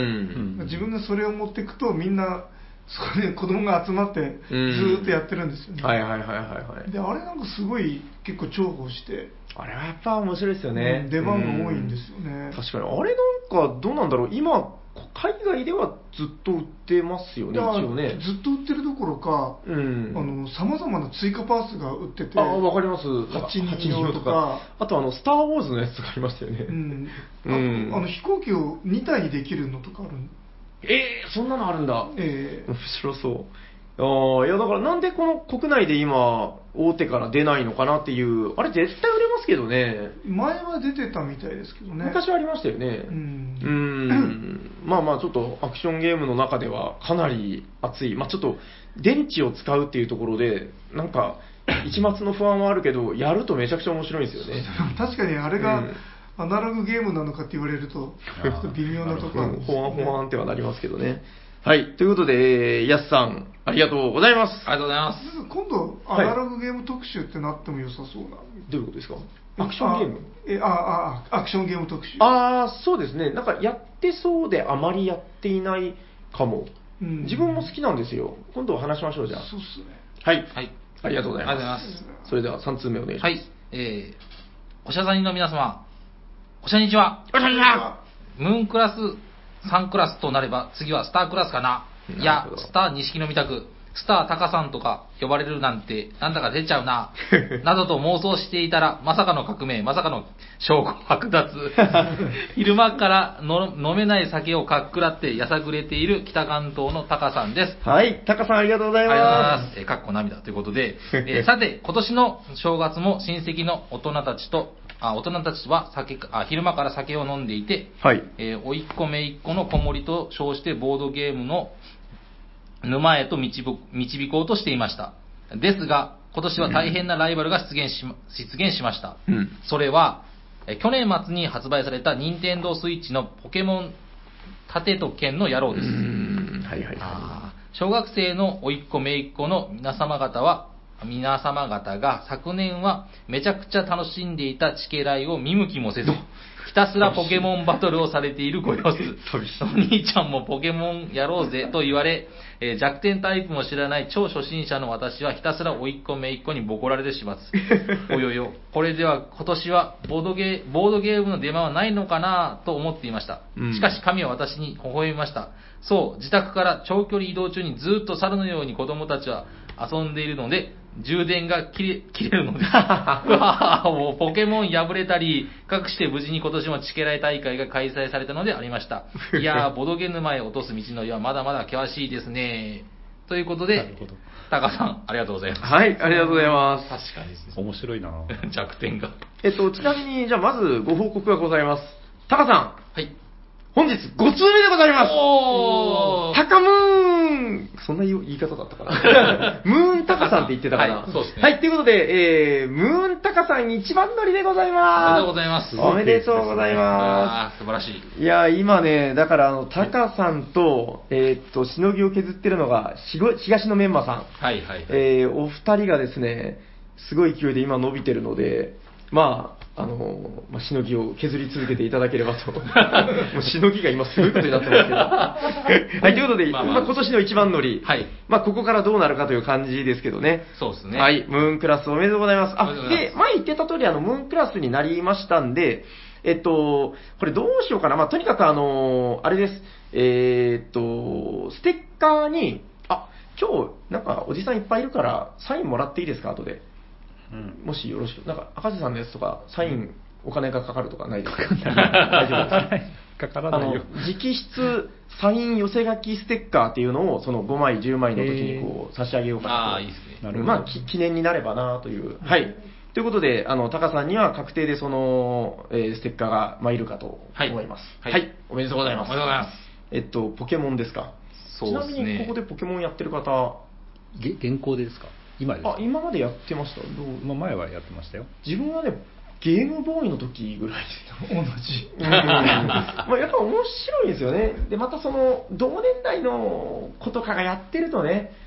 自分がそれを持っていくとみんなそこで子供が集まってずーっとやってるんですよね、 うん、はいはいはいはいはいであれなんかすごい結構重宝してあれはやっぱ面白いですよね、 うん、出番が多いんですよね、 うん、確かにあれなんかどうなんだろう今海外ではずっと売ってますよね、一応ね。 ずっと売ってるどころか、さまざまな追加パーツが売ってて、 あ、わかります。 はちにん用とか、 あとあの、スター・ウォーズのやつがありましたよね。 うん。うん、あの飛行機をにたいにできるのとかある。 えー、そんなのあるんだ。 ええー、面白そう。あいやだからなんでこの国内で今大手から出ないのかなっていうあれ絶対売れますけどね前は出てたみたいですけどね昔はありましたよねうんうんまあまあちょっとアクションゲームの中ではかなり熱いまあちょっと電池を使うっていうところでなんか一末の不安はあるけどやるとめちゃくちゃ面白いんですよね確かにあれが、うんアナログゲームなのかって言われると、ちょっと微妙なところ、 ね、ほわんほわんってはなりますけどね。はい。ということで、えー、やすさん、ありがとうございます。 ありがとうございます。 今度、アナログゲーム特集ってなっても良さそうな。はい、 どういうことですかアクションゲームえああ、アクションゲーム特集。 ああ、そうですね。なんかやってそうであまりやっていないかも。うん、自分も好きなんですよ。今度話しましょう、じゃあ。 そうっすね。 はい。 はい。 ありがとうございます。 ありがとうございます。それではさん通目お願いします。 はい。えー、おしゃさにの皆様、おしゃにちは。 おしゃにちは。 ムーンクラスさんクラスとなれば次はスタークラスかな。いや、スター錦の御託、スタータカさんとか呼ばれるなんてなんだか出ちゃうな。などと妄想していたら、まさかの革命、まさかの証拠剥奪。昼間からの飲めない酒をかっくらってやさぐれている北関東のタカさんです。 はい、タカさんありがとうございます。 ありがとうございます。えー、かっこ涙ということで、えー、さて、今年の正月も親戚の大人たちと、あ大人たちは酒あ昼間から酒を飲んでいて、 はいえー、おいっ子めいっ子の子守と称してボードゲームの沼へと導導こうとしていました。ですが、今年は大変なライバルが出現し、出現しました。 うん、 それは、え去年末に発売された任天堂スイッチのポケモン盾と剣の野郎です。 はいはいはい、 小学生のおいっ子めいっ子の皆様方は、皆様方が昨年はめちゃくちゃ楽しんでいたチケライを見向きもせず、ひたすらポケモンバトルをされているご様子。お兄ちゃんもポケモンやろうぜと言われ、えー、弱点タイプも知らない超初心者の私はひたすらおいっ子めいっ子にボコられてしまう。およよ、これでは今年はボードゲー、ボードゲームの出番はないのかなと思っていました。しかし神は私に微笑みました。そう、自宅から長距離移動中にずっと猿のように子供たちは遊んでいるので、充電が切れ、切れるのです。もうポケモン破れたり、かくして無事に今年もチケライ大会が開催されたのでありました。いやー、ボドゲ沼へ落とす道のりはまだまだ険しいですね。ということで、タカさん、ありがとうございます。 はい、ありがとうございます。 確かにですね。 面白いな弱点が。 えっと、ちなみに、じゃあまずご報告がございます。タカさん。 はい。 本日ご通目でございます。 おータカムーンそんな言い方だったかなムーンタカさんって言ってたかな、 はい、そうですね。 はい、ということで、えー、ムーンタカさん一番乗りでございます。 おめでとうございます。 おめでとうございます。素晴らしい。 いや、今ね、だからあの、タカさんと、えー、っと、しのぎを削ってるのが、東のメンマさん。 はいはい、はい。 えー、お二人がですね、すごい勢いで今伸びてるので、まあ、あの、まあ、しのぎを削り続けていただければと。もうしのぎが今すごいことになってますけど。はい、ということで、まあまあ、まあ、今年の一番乗り。 はい。 まあ、ここからどうなるかという感じですけどね。 そうですね。 はい、ムーンクラスおめでとうございます。あ、で、前言ってた通り、あの、ムーンクラスになりましたんで、えっと、これどうしようかな。まあ、とにかくあの、あれです。えー、っと、ステッカーに、あ、今日、なんかおじさんいっぱいいるから、サインもらっていいですか、後で。うん、もしよろしく、なんか赤字さんのやつとかサインお金がかかるとかないですか？大丈夫ですか？かからないよ。 あの直筆サイン寄せ書きステッカーっていうのをそのごまいじゅうまいの時にこう差し上げようかなと。 ああいいですね。なるほど。 まあ記念になればなという。はい。ということであのタカさんには確定でその、えー、ステッカーが参るかと思います。 はい。はいはい、おめでとうございます。 おめでとうございます。 えっとポケモンですか？ そうですね。 ちなみにここでポケモンやってる方、 げ現行でですか？今ですか？ あ、今までやってました。どう、 まあ、前はやってましたよ。 自分はね、ゲームボーイの時ぐらいで同じ。うん、まあやっぱ面白いんですよね。で、またその、同年代の子とかがやってるとね、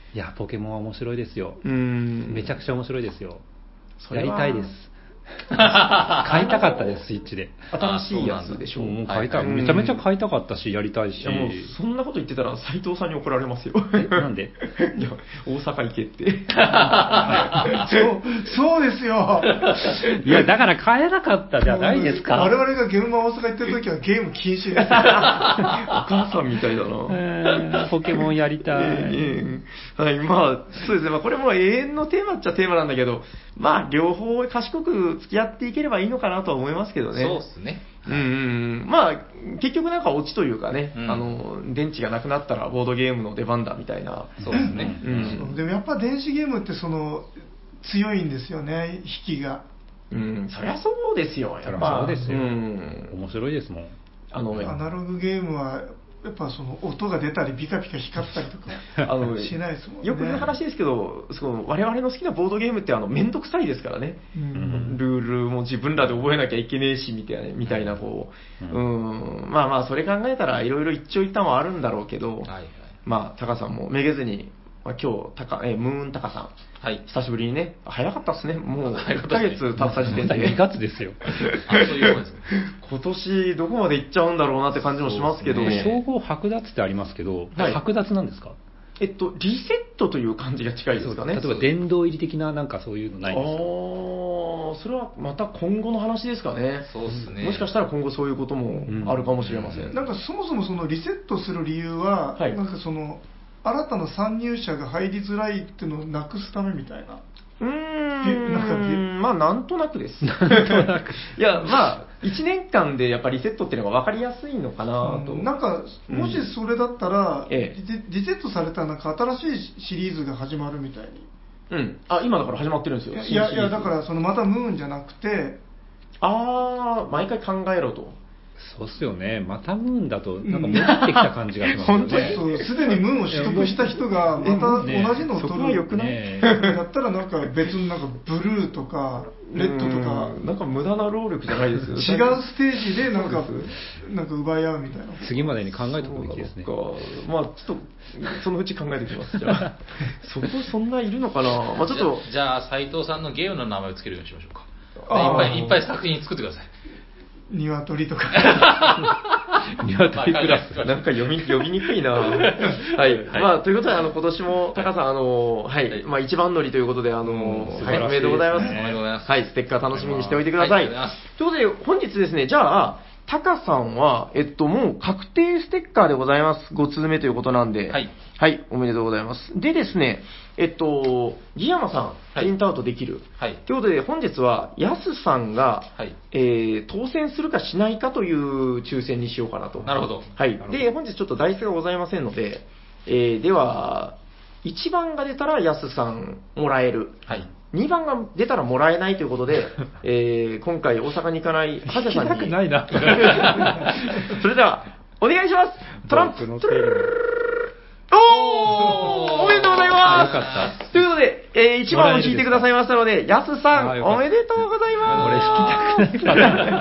いや、ポケモンは面白いですよ。うん。めちゃくちゃ面白いですよ。やりたいです。買いたかったです、スイッチで。 新しいやつでしょ。 もう買いたい、めちゃめちゃ買いたかったし、やりたいし。いやもうそんなこと言ってたら斉藤さんに怒られますよ。 なんでいや、大阪行けって。 そう、そうですよ。 いや、だから買えなかったじゃないですか。 我々がゲームマ大阪行ってる時はゲーム禁止です。お母さんみたいだな。ポケモンやりたい。 えー、はい、まあ、そうですね。まあ、これも永遠のテーマっちゃテーマなんだけど、まあ、両方賢く付き合っていければいいのかなとは思いますけどね。 そうですね。 うんうん。まあ、結局なんかオチというかね、うん、あの、電池がなくなったらボードゲームの出番だみたいな。 そうですね。 うん。でもやっぱ電子ゲームってその、強いんですよね、引きが。 うん、そりゃそうですよ。 やっぱそうですよ。うん。面白いですもん。 あの、アナログゲームは、やっぱその音が出たりピカピカ光ったりとかあのしないですもんね。 よく言う話ですけど、その我々の好きなボードゲームってあの面倒くさいですからね、うん、ルールも自分らで覚えなきゃいけねえしみたいな、みたいなこう、うん、うんまあまあそれ考えたらいろいろ一長一短はあるんだろうけど、はいはい、まあタカさんもめげずに、まあ、今日タカ、えー、ムーンタカさん、はい、久しぶりにね、早かったですね、もういっかげつ経った時点でにがつですよ。 あそういうことですね。 今年どこまで行っちゃうんだろうなって感じもしますけど、 ね、総合剥奪ってありますけど、はい、剥奪なんですか？ えっと、リセットという感じが近いですかね。 例えば殿堂入り的ななんかそういうのないですか？ああ、 それはまた今後の話ですかね。 そうですね。 もしかしたら今後そういうこともあるかもしれません。うん、 なんかそもそもそのリセットする理由は、はい、なんかその新たな参入者が入りづらいっていうのをなくすためみたいな。 うーん、なんかまあなんとなくです。いや、まあいちねんかんでやっぱりリセットっていうのが分かりやすいのかなと。 うん、なんかもしそれだったら、うんええ、リセットされたらなんか新しいシリーズが始まるみたいに。 うん。あ、今だから始まってるんですよ。 いやいやだからそのまたムーンじゃなくて、 ああ毎回考えろと。 そうっすよね。またムーンだと、なんか戻ってきた感じがしますよね。本当にそう、すでにムーンを取得した人が、また同じのを取る。 よくない？ だったらなんか別のなんかブルーとか、レッドとか。 なんか無駄な労力じゃないですよ。 違うステージでなんか、なんか奪い合うみたいな。 次までに考えておくべきですね。 まあちょっと、そのうち考えておきます。じゃあ。そこそんないるのかなまあちょっと。 じゃあ、斉藤さんのゲームの名前をつけるようにしましょうか。いっぱいいっぱい作品作ってください。 鶏とか鶏クラスなんか読み呼びにくいなはい、はい、まあということであの今年もタカさんあのはい、まあ一番乗りということであの、はい、おめでとうございます。おめでとうございます。はい、ステッカー楽しみにしておいてください。はい、ということで本日ですね、じゃあタカさんは、えっと、もう確定ステッカーでございます。ご通目ということなんで。はい。はい、おめでとうございます。でですね、えっと、ギヤマさん、プリントアウトできる。はい。ということで、本日は、ヤスさんが、はい、えー、当選するかしないかという抽選にしようかなと。 なるほど。 はい。で、本日ちょっとダイスがございませんので、えー、では、いちばんが出たらヤスさんもらえる。はい。にばんが出たらもらえないということで、えー、今回大阪に行かないハゼさんに。 行きたくないな。 それでは、お願いしますトランプのおーおめでとうございますよかった。ということで、えー、いちばんを引いてくださいましたので、ヤスさん、おめでとうございます。 これ引きたく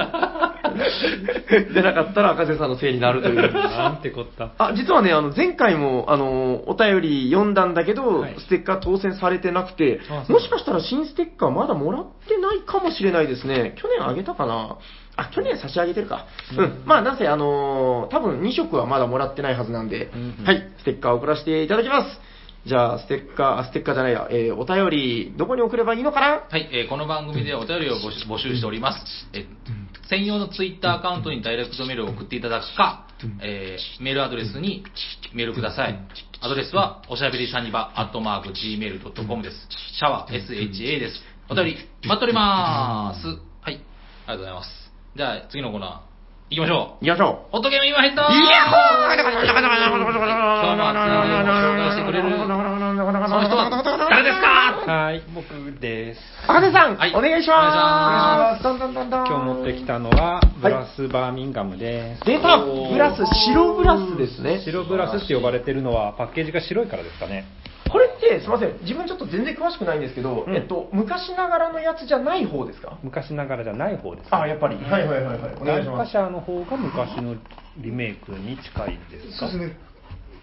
ない出なかったら赤瀬さんのせいになるという。 なんてこった。 あ、実はね、あの、前回も、あの、お便り読んだんだけど、はい、ステッカー当選されてなくて、もしかしたら新ステッカーまだもらってないかもしれないですね。去年あげたかなあ、去年差し上げてるか。うん。うん、まあ、なぜ、あのー、多分に色はまだもらってないはずなんで、うんうん、はい、ステッカーを送らせていただきます。じゃあ、ステッカー、ステッカーじゃないや、えー、お便り、どこに送ればいいのかなはい、えー、この番組ではお便りを募集、募集しております。えー、専用のツイッターアカウントにダイレクトメールを送っていただくか、えー、メールアドレスにメールください。アドレスは、おしゃべりサニバ、アットマーク、ジーメールドットコム です。シャワー、エスエイチエー です。お便り、待っておりまーす。はい、ありがとうございます。じゃあ、次のコーナー、行きましょう。 行きましょう。 ホットゲーム今ヘッドイヤッホー今日も熱いのを紹介してくれる、その人は誰ですかはい、僕です。 赤瀬さん、はい、お願いします。 今日持ってきたのは、ブラスバーミンガムです。 出たブラス、白ブラスですね。 白ブラスって呼ばれてるのは、パッケージが白いからですかね。 これってすみません、自分ちょっと全然詳しくないんですけど、うん、えっと昔ながらのやつじゃない方ですか？ 昔ながらじゃない方です、ね。 あ、やっぱり。はいはいはいはい。お願いします。 ランカシャーの方が昔のリメイクに近いですか？ そうですね。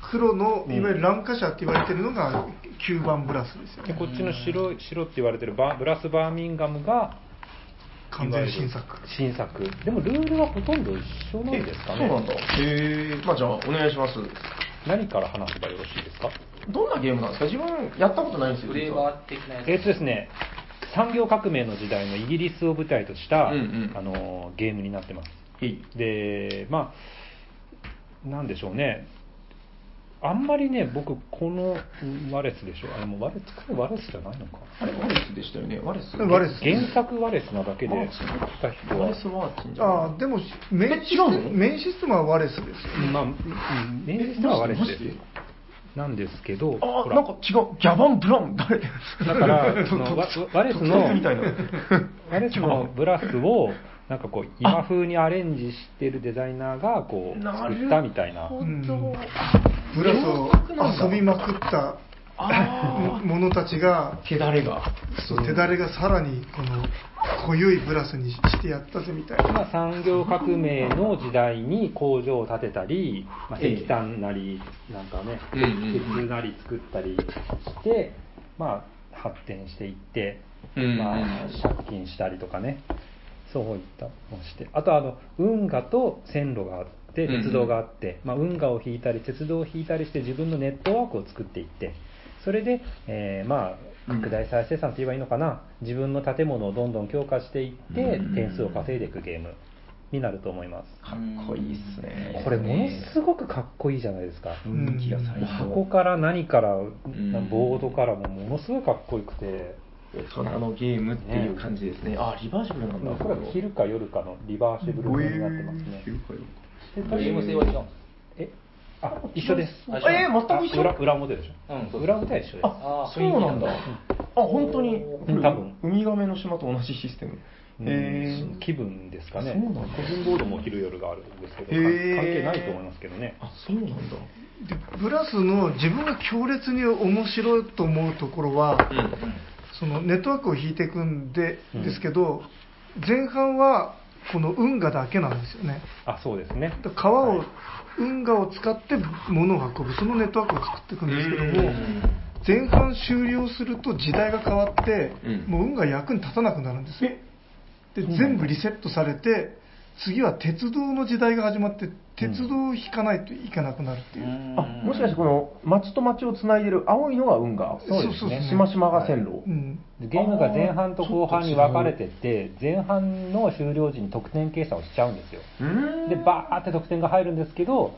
黒のいわゆるランカシャって言われてるのがきゅうばんブラスですよね。 でこっちの白白って言われてるバブラスバーミンガムが完全新作。 新作。でもルールはほとんど一緒なんですかね。 そうなんだ。へえ。まあじゃあお願いします。 何から話せばよろしいですか。 どんなゲームなんですか。自分やったことないんですよ。 フレーバー的なやつ。 えっとですね、産業革命の時代のイギリスを舞台とした、 うんうん、 あのゲームになってます。で、まあなんでしょうね。あんまりね、僕、このワレスでしょ、あれもワレス、これワレスじゃないのか。 あれ、ワレスでしたよね、ワレス。 ワレス原作ワレスなだけで、来た人は。 ワレスワーチンじゃない。 ああ、でもメインシステム、メインシステムはワレスですよね。 まあ、メインシステムはワレスです。なんですけど、 あ、なんか違う、ギャバン・ブラウン、誰だからそのワ、ワレスの、ワレスのブラスを、なんかこう今風にアレンジしてるデザイナーがこう作ったみたいな、 うん、ブラスを遊びまくった者たちが手だれがそう手だれがさらにこの濃ゆいブラスにしてやったぜみたいな。 産業革命の時代に工場を建てたり、まあ、石炭なりなんかね、鉄なり作ったりして、まあ、発展していって、まあ、借金したりとかね、そういったのして、あとあの運河と線路があって鉄道があって、うんうん、まあ、運河を引いたり鉄道を引いたりして自分のネットワークを作っていって、それで、えー、まあ拡大再生産と言えばいいのかな、自分の建物をどんどん強化していって点数を稼いでいくゲームになると思います。 かっこいいっすね。 これものすごくかっこいいじゃないですか。 雰囲気が最高。 箱から何からボードからもものすごいかっこよくて、 大人のゲームっていう感じですね。あ、リバーシブルなんだ。 これは昼か夜かのリバーシブルになってますね。 昼か夜か。ゲーム性は違うんですか。 え、あ、一緒です。 え、全く一緒。 裏裏表でしょ。うん、裏表は一緒です。 あ、そうなんだ。あ、本当に。 多分ウミガメの島と同じシステム。 えー、気分ですかね。個人ボードも昼夜があるんですけど、関係ないと思いますけどね。 あ、そうなんだ。 でブラスの自分が強烈に面白いと思うところは、うん、そのネットワークを引いていくんで、うん、ですけど、前半はこの運河だけなんですよね。 あ、そうですね。 川を、はい、運河を使って物を運ぶ、そのネットワークを作っていくんですけども、前半終了すると時代が変わって、うん、もう運河役に立たなくなるんですよ。で全部リセットされて、次は鉄道の時代が始まって、鉄道を引かないといけなくなるっていう、うん、 あ、もしかしてこの町と町をつないでる青いのが運河、 そうですね、 しましまが線路、はい、 うん、ゲームが前半と後半に分かれてて、前半の終了時に得点計算をしちゃうんですよ。でバーって得点が入るんですけど、うん、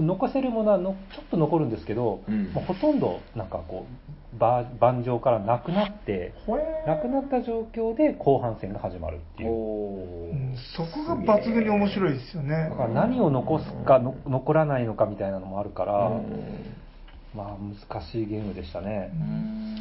残せるものはのちょっと残るんですけど、うん、もうほとんどなんかこう盤上からなくなってなくなった状況で後半戦が始まるっていう、 うん、そこが抜群に面白いですよね。 だから何を残すかの残らないのかみたいなのもあるから、うん、まあ難しいゲームでしたね。 うん、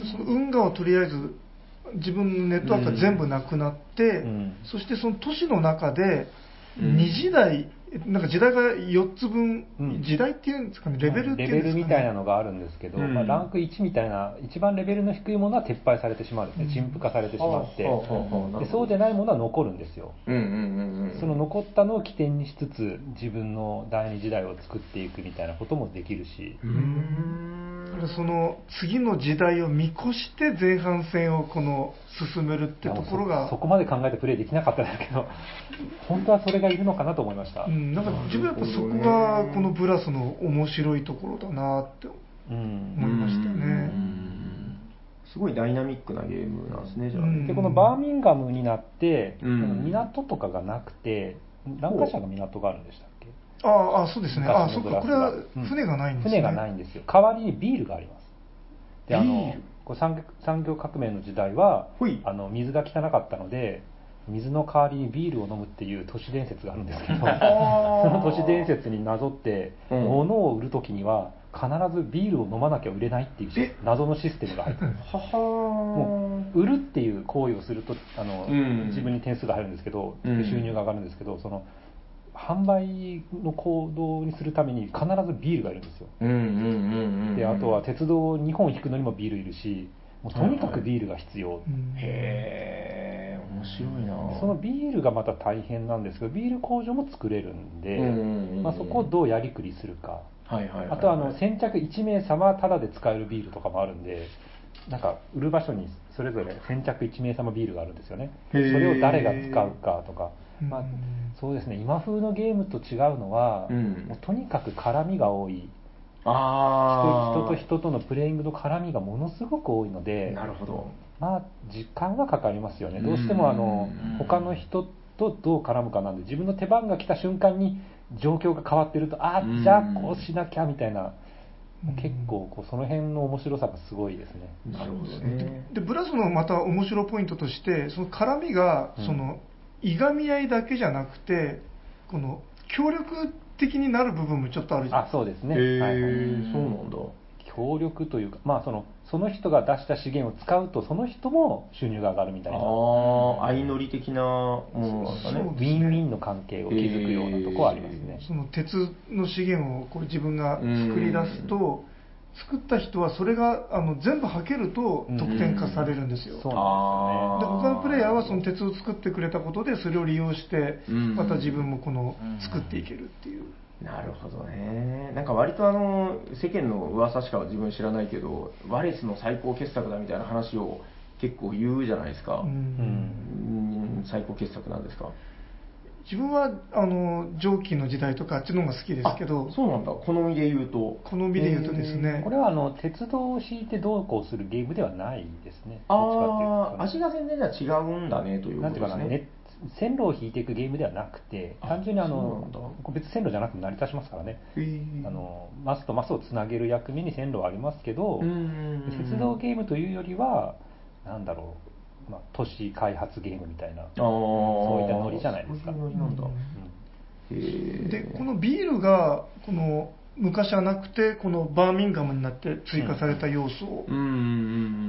その運河をとりあえず自分のネットワークが全部なくなって、うん、そしてその都市の中でに時代、なんか時代がよっつぶん、うん、時代っていうんですかね、レベルっていうんですかね、 レベルみたいなのがあるんですけど、うん、まあ、ランクいちみたいな一番レベルの低いものは撤廃されてしまうんですね、うん、陳腐化されてしまって、うん、でそうでないものは残るんですよ、うんうんうんうん、その残ったのを起点にしつつ自分の第二時代を作っていくみたいなこともできるし、うーん、その次の時代を見越して前半戦をこの進めるってところがそ, そこまで考えてプレイできなかったんですけど、本当はそれがいるのかなと思いました。 うん、なんか自分はやっぱそこがこのブラスの面白いところだなって思いましたね。うん、 すごいダイナミックなゲームなんですね、じゃあ。 でこのバーミンガムになって、うん、港とかがなくて、ランカシャーの港があるんでしたっけ？ ああ、そうですね。ああ、そっか、これは船がないんですね。 船がないんですよ。代わりにビールがあります。で、あのこう産業革命の時代はあの水が汚かったので、水の代わりにビールを飲むっていう都市伝説があるんですけど、その都市伝説になぞって、うん、物を売るときには必ずビールを飲まなきゃ売れないっていう謎のシステムが入ってるんです。もう売るっていう行為をするとあの、うん、自分に点数が入るんですけど、うん、収入が上がるんですけど、その販売の行動にするために必ずビールがいるんですよ。で、あとは鉄道をにほん引くのにもビールいるし、もうとにかくビールが必要。 へー、面白いな。 そのビールがまた大変なんですけど、ビール工場も作れるんで、まあ、そこをどうやりくりするか、あとはあの先着いち名様タダで使えるビールとかもあるんで、なんか売る場所にそれぞれ先着いち名様ビールがあるんですよね。それを誰が使うかとか、まあ、そうですね、今風のゲームと違うのは、うん、もうとにかく絡みが多い。あ人, 人と人とのプレイングの絡みがものすごく多いので、 なるほど、 まあ、時間がかかりますよね。どうしてもあの他の人とどう絡むかなんで、自分の手番が来た瞬間に状況が変わってると、あじゃあこうしなきゃみたいな、結構こうその辺の面白さがすごいですね。 なるほどね。でブラスのまた面白ポイントとして、その絡みがその、うん、いがみ合いだけじゃなくて、この協力的になる部分もちょっとあるじゃないですか。 あ、そうですね。 へー、はいはい、そうなんだ。 協力というか、まあそのその人が出した資源を使うとその人も収入が上がるみたいな、ああ、相乗り的なものなんですかね。 ウィンウィンの関係を築くようなところはありますね。 その鉄の資源をこう自分が作り出すと、作った人はそれがあの全部はけると得点化されるんですよ。そうなんですよね。で他のプレイヤーはその鉄を作ってくれたことでそれを利用してまた自分もこの作っていけるっていう。 なるほどね。なんか割とあの世間の噂しか自分知らないけど、ワレスの最高傑作だみたいな話を結構言うじゃないですか。うん、最高傑作なんですか？ 自分はあの蒸気の時代とかあっちの方が好きですけど。 そうなんだ。好みで言うと好みで言うとですね、 これはあの鉄道を敷いてどうこうするゲームではないですね。 ああ、味が全然じゃ違うんだねということですね。 なんていうかな、線路を引いていくゲームではなくて、単純にあの別に線路じゃなくて成り立ちますからね。あのマスとマスをつなげる役目に線路はありますけど、鉄道ゲームというよりはなんだろう、まあ、都市開発ゲームみたいな、そういったノリじゃないですか。そういうノリなんだ。 うん、でこのビールがこの昔はなくてこのバーミンガムになって追加された要素、うん、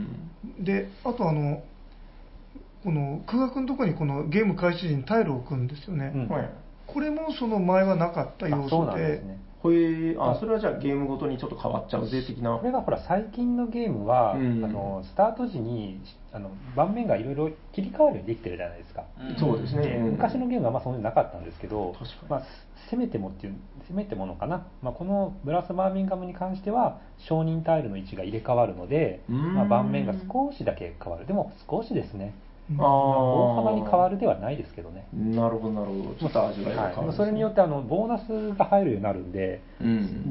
であとあのこの空白のところにこのゲーム開始時にタイルを置くんですよね、うん、これもその前はなかった要素で、 ほえあそれはじゃあゲームごとにちょっと変わっちゃうぜ的な。 これがほら最近のゲームは、うん、あのスタート時にあの盤面がいろいろ切り替わるようにできてるじゃないですか、 うん、そうですね、 うん、昔のゲームはまあそんなになかったんですけど、まあ、せめてもっていうせめてものかな、まあ、このブラスバーミンガムに関しては承認タイルの位置が入れ替わるので、まあ、盤面が少しだけ変わる。でも少しですね。あ大幅に変わるではないですけどね。 なるほどなるほど。ちょっと味わいが変わる、ね、はい、 それによってあのボーナスが入るようになるんで、うん、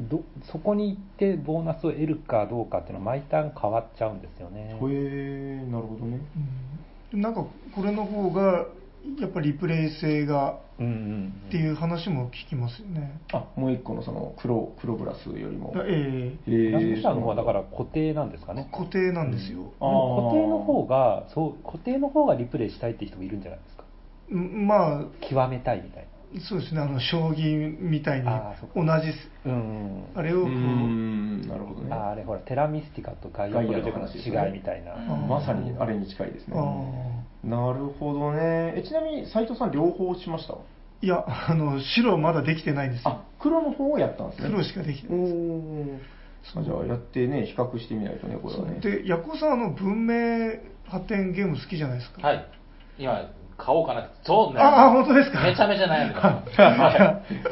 どそこに行ってボーナスを得るかどうかっていうのは毎ターン変わっちゃうんですよね。 へえ、なるほどね。 うん、なんかこれの方がやっぱりリプレイ性がっていう話も聞きますよね。 あ、もう一個のその黒黒ブラスよりも。 ええー。ラスターの方はだから固定なんですかね。 固定なんですよ。 うん、固定の方がそう固定の方がリプレイしたいって人もいるんじゃないですか。 まあ極めたいみたいな。 そうですね、あの将棋みたいに同じ あ,、うん、あれをこう、うんなるほどね。 あ, あれほらテラミスティカとガイアプロジェクトの違いみたいな、 ね、まさにあれに近いですね。なるほどね。えちなみに斉藤さん両方しました？ いや、あの白まだできてないんですよ。 あ、黒の方をやったんですね。 黒しかできてないです。 あじゃあやってね比較してみないとねこれはね。 でヤコさんあの文明発展ゲーム好きじゃないですか。 はい。今買おうかなってそうね。 ああ本当ですか。 めちゃめちゃ悩んでます。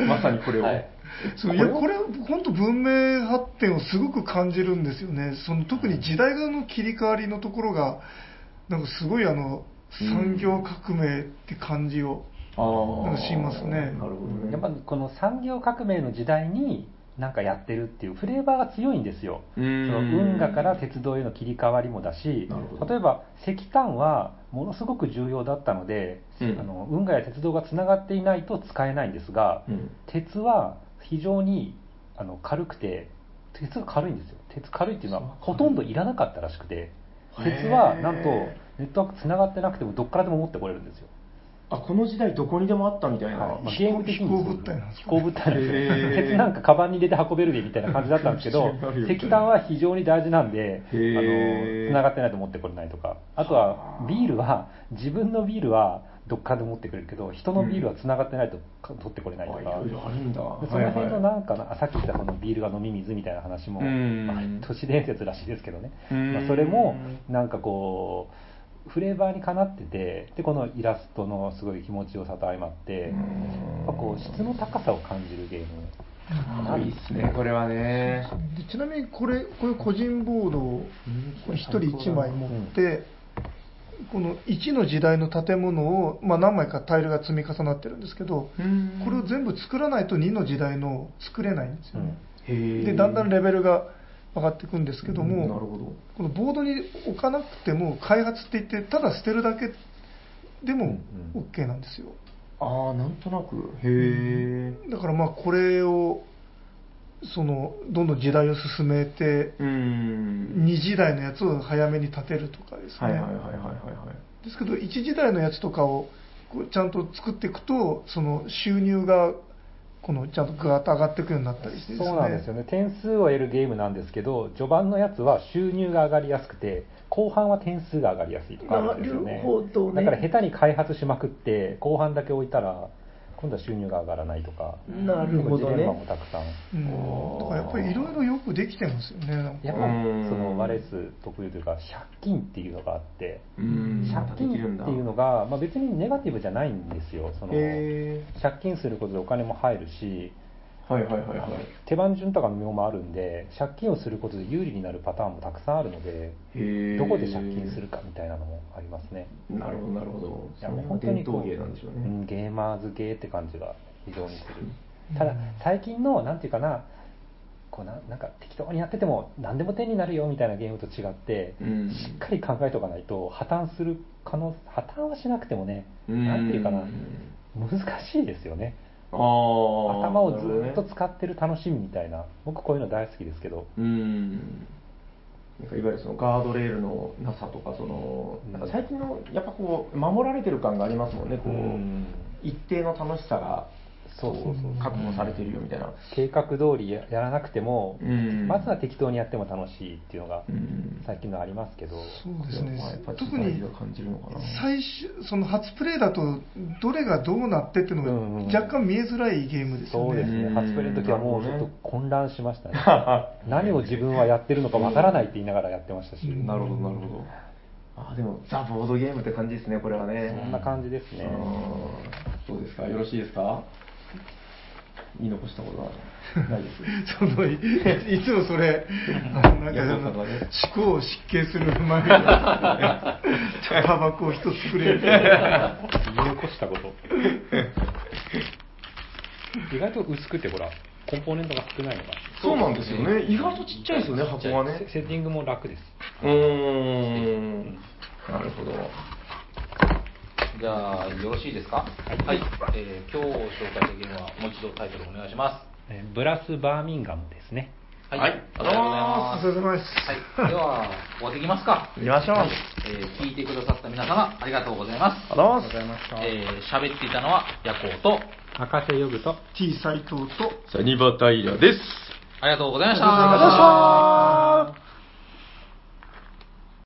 まさにこれを。はい、 そういやこれ本当文明発展をすごく感じるんですよね。その特に時代の切り替わりのところがなんかすごいあの産業革命って感じを、なんかしますね。 なるほどね。 やっぱこの産業革命の時代になんかやってるっていうフレーバーが強いんですよ。その運河から鉄道への切り替わりもだし、例えば石炭はものすごく重要だったので、うん、あの運河や鉄道がつながっていないと使えないんですが、うん、鉄は非常にあの軽くて鉄が軽いんですよ。鉄軽いっていうのはほとんどいらなかったらしくて、鉄はなんとネットワークつながってなくてもどっからでも持ってこれるんですよ。 あ、この時代どこにでもあったみたいな、はいまあ、ゲーム的に飛行物体なんですか、ね、飛行物体なんですよ。鉄なんかカバンに入れて運べるでみたいな感じだったんですけど石炭は非常に大事なんであの繋がってないと持ってこれないとか、あとはビールは自分のビールはどっかで持ってくれるけど人のビールは繋がってないと取ってこれないとか、 うん、いろいろあるんだ。 その辺のなんかな、はいはい、さっき言ったそのビールが飲み水みたいな話も、まあ、都市伝説らしいですけどね、まあ、それもなんかこうフレーバーにかなってて、でこのイラストのすごい気持ちよさと相まって、やっぱこう質の高さを感じるゲーム。 いいですね、これはね。 でちなみにこれこういう個人ボードをひとりいちまい持って、このいちの時代の建物を、まあ、何枚かタイルが積み重なってるんですけど、これを全部作らないとにの時代の作れないんですよね。うん、でだんだんレベルが上がっていくんですけども、うん、なるほど。このボードに置かなくても開発っていってただ捨てるだけでも OK なんですよ。 うん、ああ、なんとなく。へえ。 だからまあこれをそのどんどん時代を進めて、うん、に時代のやつを早めに建てるとかですね。ですけどいち時代のやつとかをこうちゃんと作っていくと、その収入がこのちゃんとグワッと上がっていくようになったりしてですね。 そうなんですよね。点数を得るゲームなんですけど、序盤のやつは収入が上がりやすくて、後半は点数が上がりやすいとかあるんですよね。なるほどね。だから下手に開発しまくって後半だけ置いたら今度は収入が上がらないとか、 なるほどね。 ジレンマもたくさん。 うん、だからやっぱりいろいろよくできてますよね。 やっぱそのワレス特有というか借金っていうのがあって、借金っていうのが、まあ、別にネガティブじゃないんですよ。その借金することでお金も入るし、はいはいはいはい、手番順とかの妙もあるんで、借金をすることで有利になるパターンもたくさんあるので、どこで借金するかみたいなのもありますね。 なるほどなるほど。 いやもう本当にこう、 伝統芸なんでしょうね。 うん、ゲーマーズゲーって感じが非常にする。ただ最近のなんていうかな、こう な, なんか適当にやってても何でも点になるよみたいなゲームと違って、うん、しっかり考えておかないと破綻する可能破綻はしなくてもね、なんていうかな、難しいですよね。あ頭をずっと使ってる楽しみみたいな、僕こういうの大好きですけど、うんなんかいわゆるそのガードレールのなさとか、そのなんか最近のやっぱこう守られてる感がありますもんね。こう、うん、一定の楽しさがそうそうそう確保されてるよみたいな。 計画通り や, やらなくても、うん、まずは適当にやっても楽しいっていうのが最近のありますけど、 そうですね。特に最初その初プレイだとどれがどうなってっていうのが若干見えづらいゲームですよね。 そうですね。初プレイの時はもうちょっと混乱しましたね。何を自分はやってるのかわからないって言いながらやってましたし。 なるほどなるほど。あでもザ・ボードゲームって感じですね、これはね。 そんな感じですね。 そうですか、よろしいですか。言い残したことはないですその い, いつもそれなんか思考を失敬する前にタバコを一つくれる言い残したこと意外と薄くて、ほらコンポーネントが少ないのが。 そうなんですよね。意外とちっちゃいですよね、箱はね。 セッティングも楽です。 うーんなるほど。 じゃあよろしいですか。はい、はい、えー、今日紹介したゲームはもう一度タイトルお願いします。 えー、ブラスバーミンガムですね。 はい、はい、ありがとうございます。 お疲れ様です。 はい、では終わっていきますか。 行きましょう。はい、 えー、聞いてくださった皆様ありがとうございます。 ありがとうございました。 えー、喋っていたのはヤコウと博士ヨグと T 斎藤とサニバタイラです。 ありがとうございました。 ありがとうございました。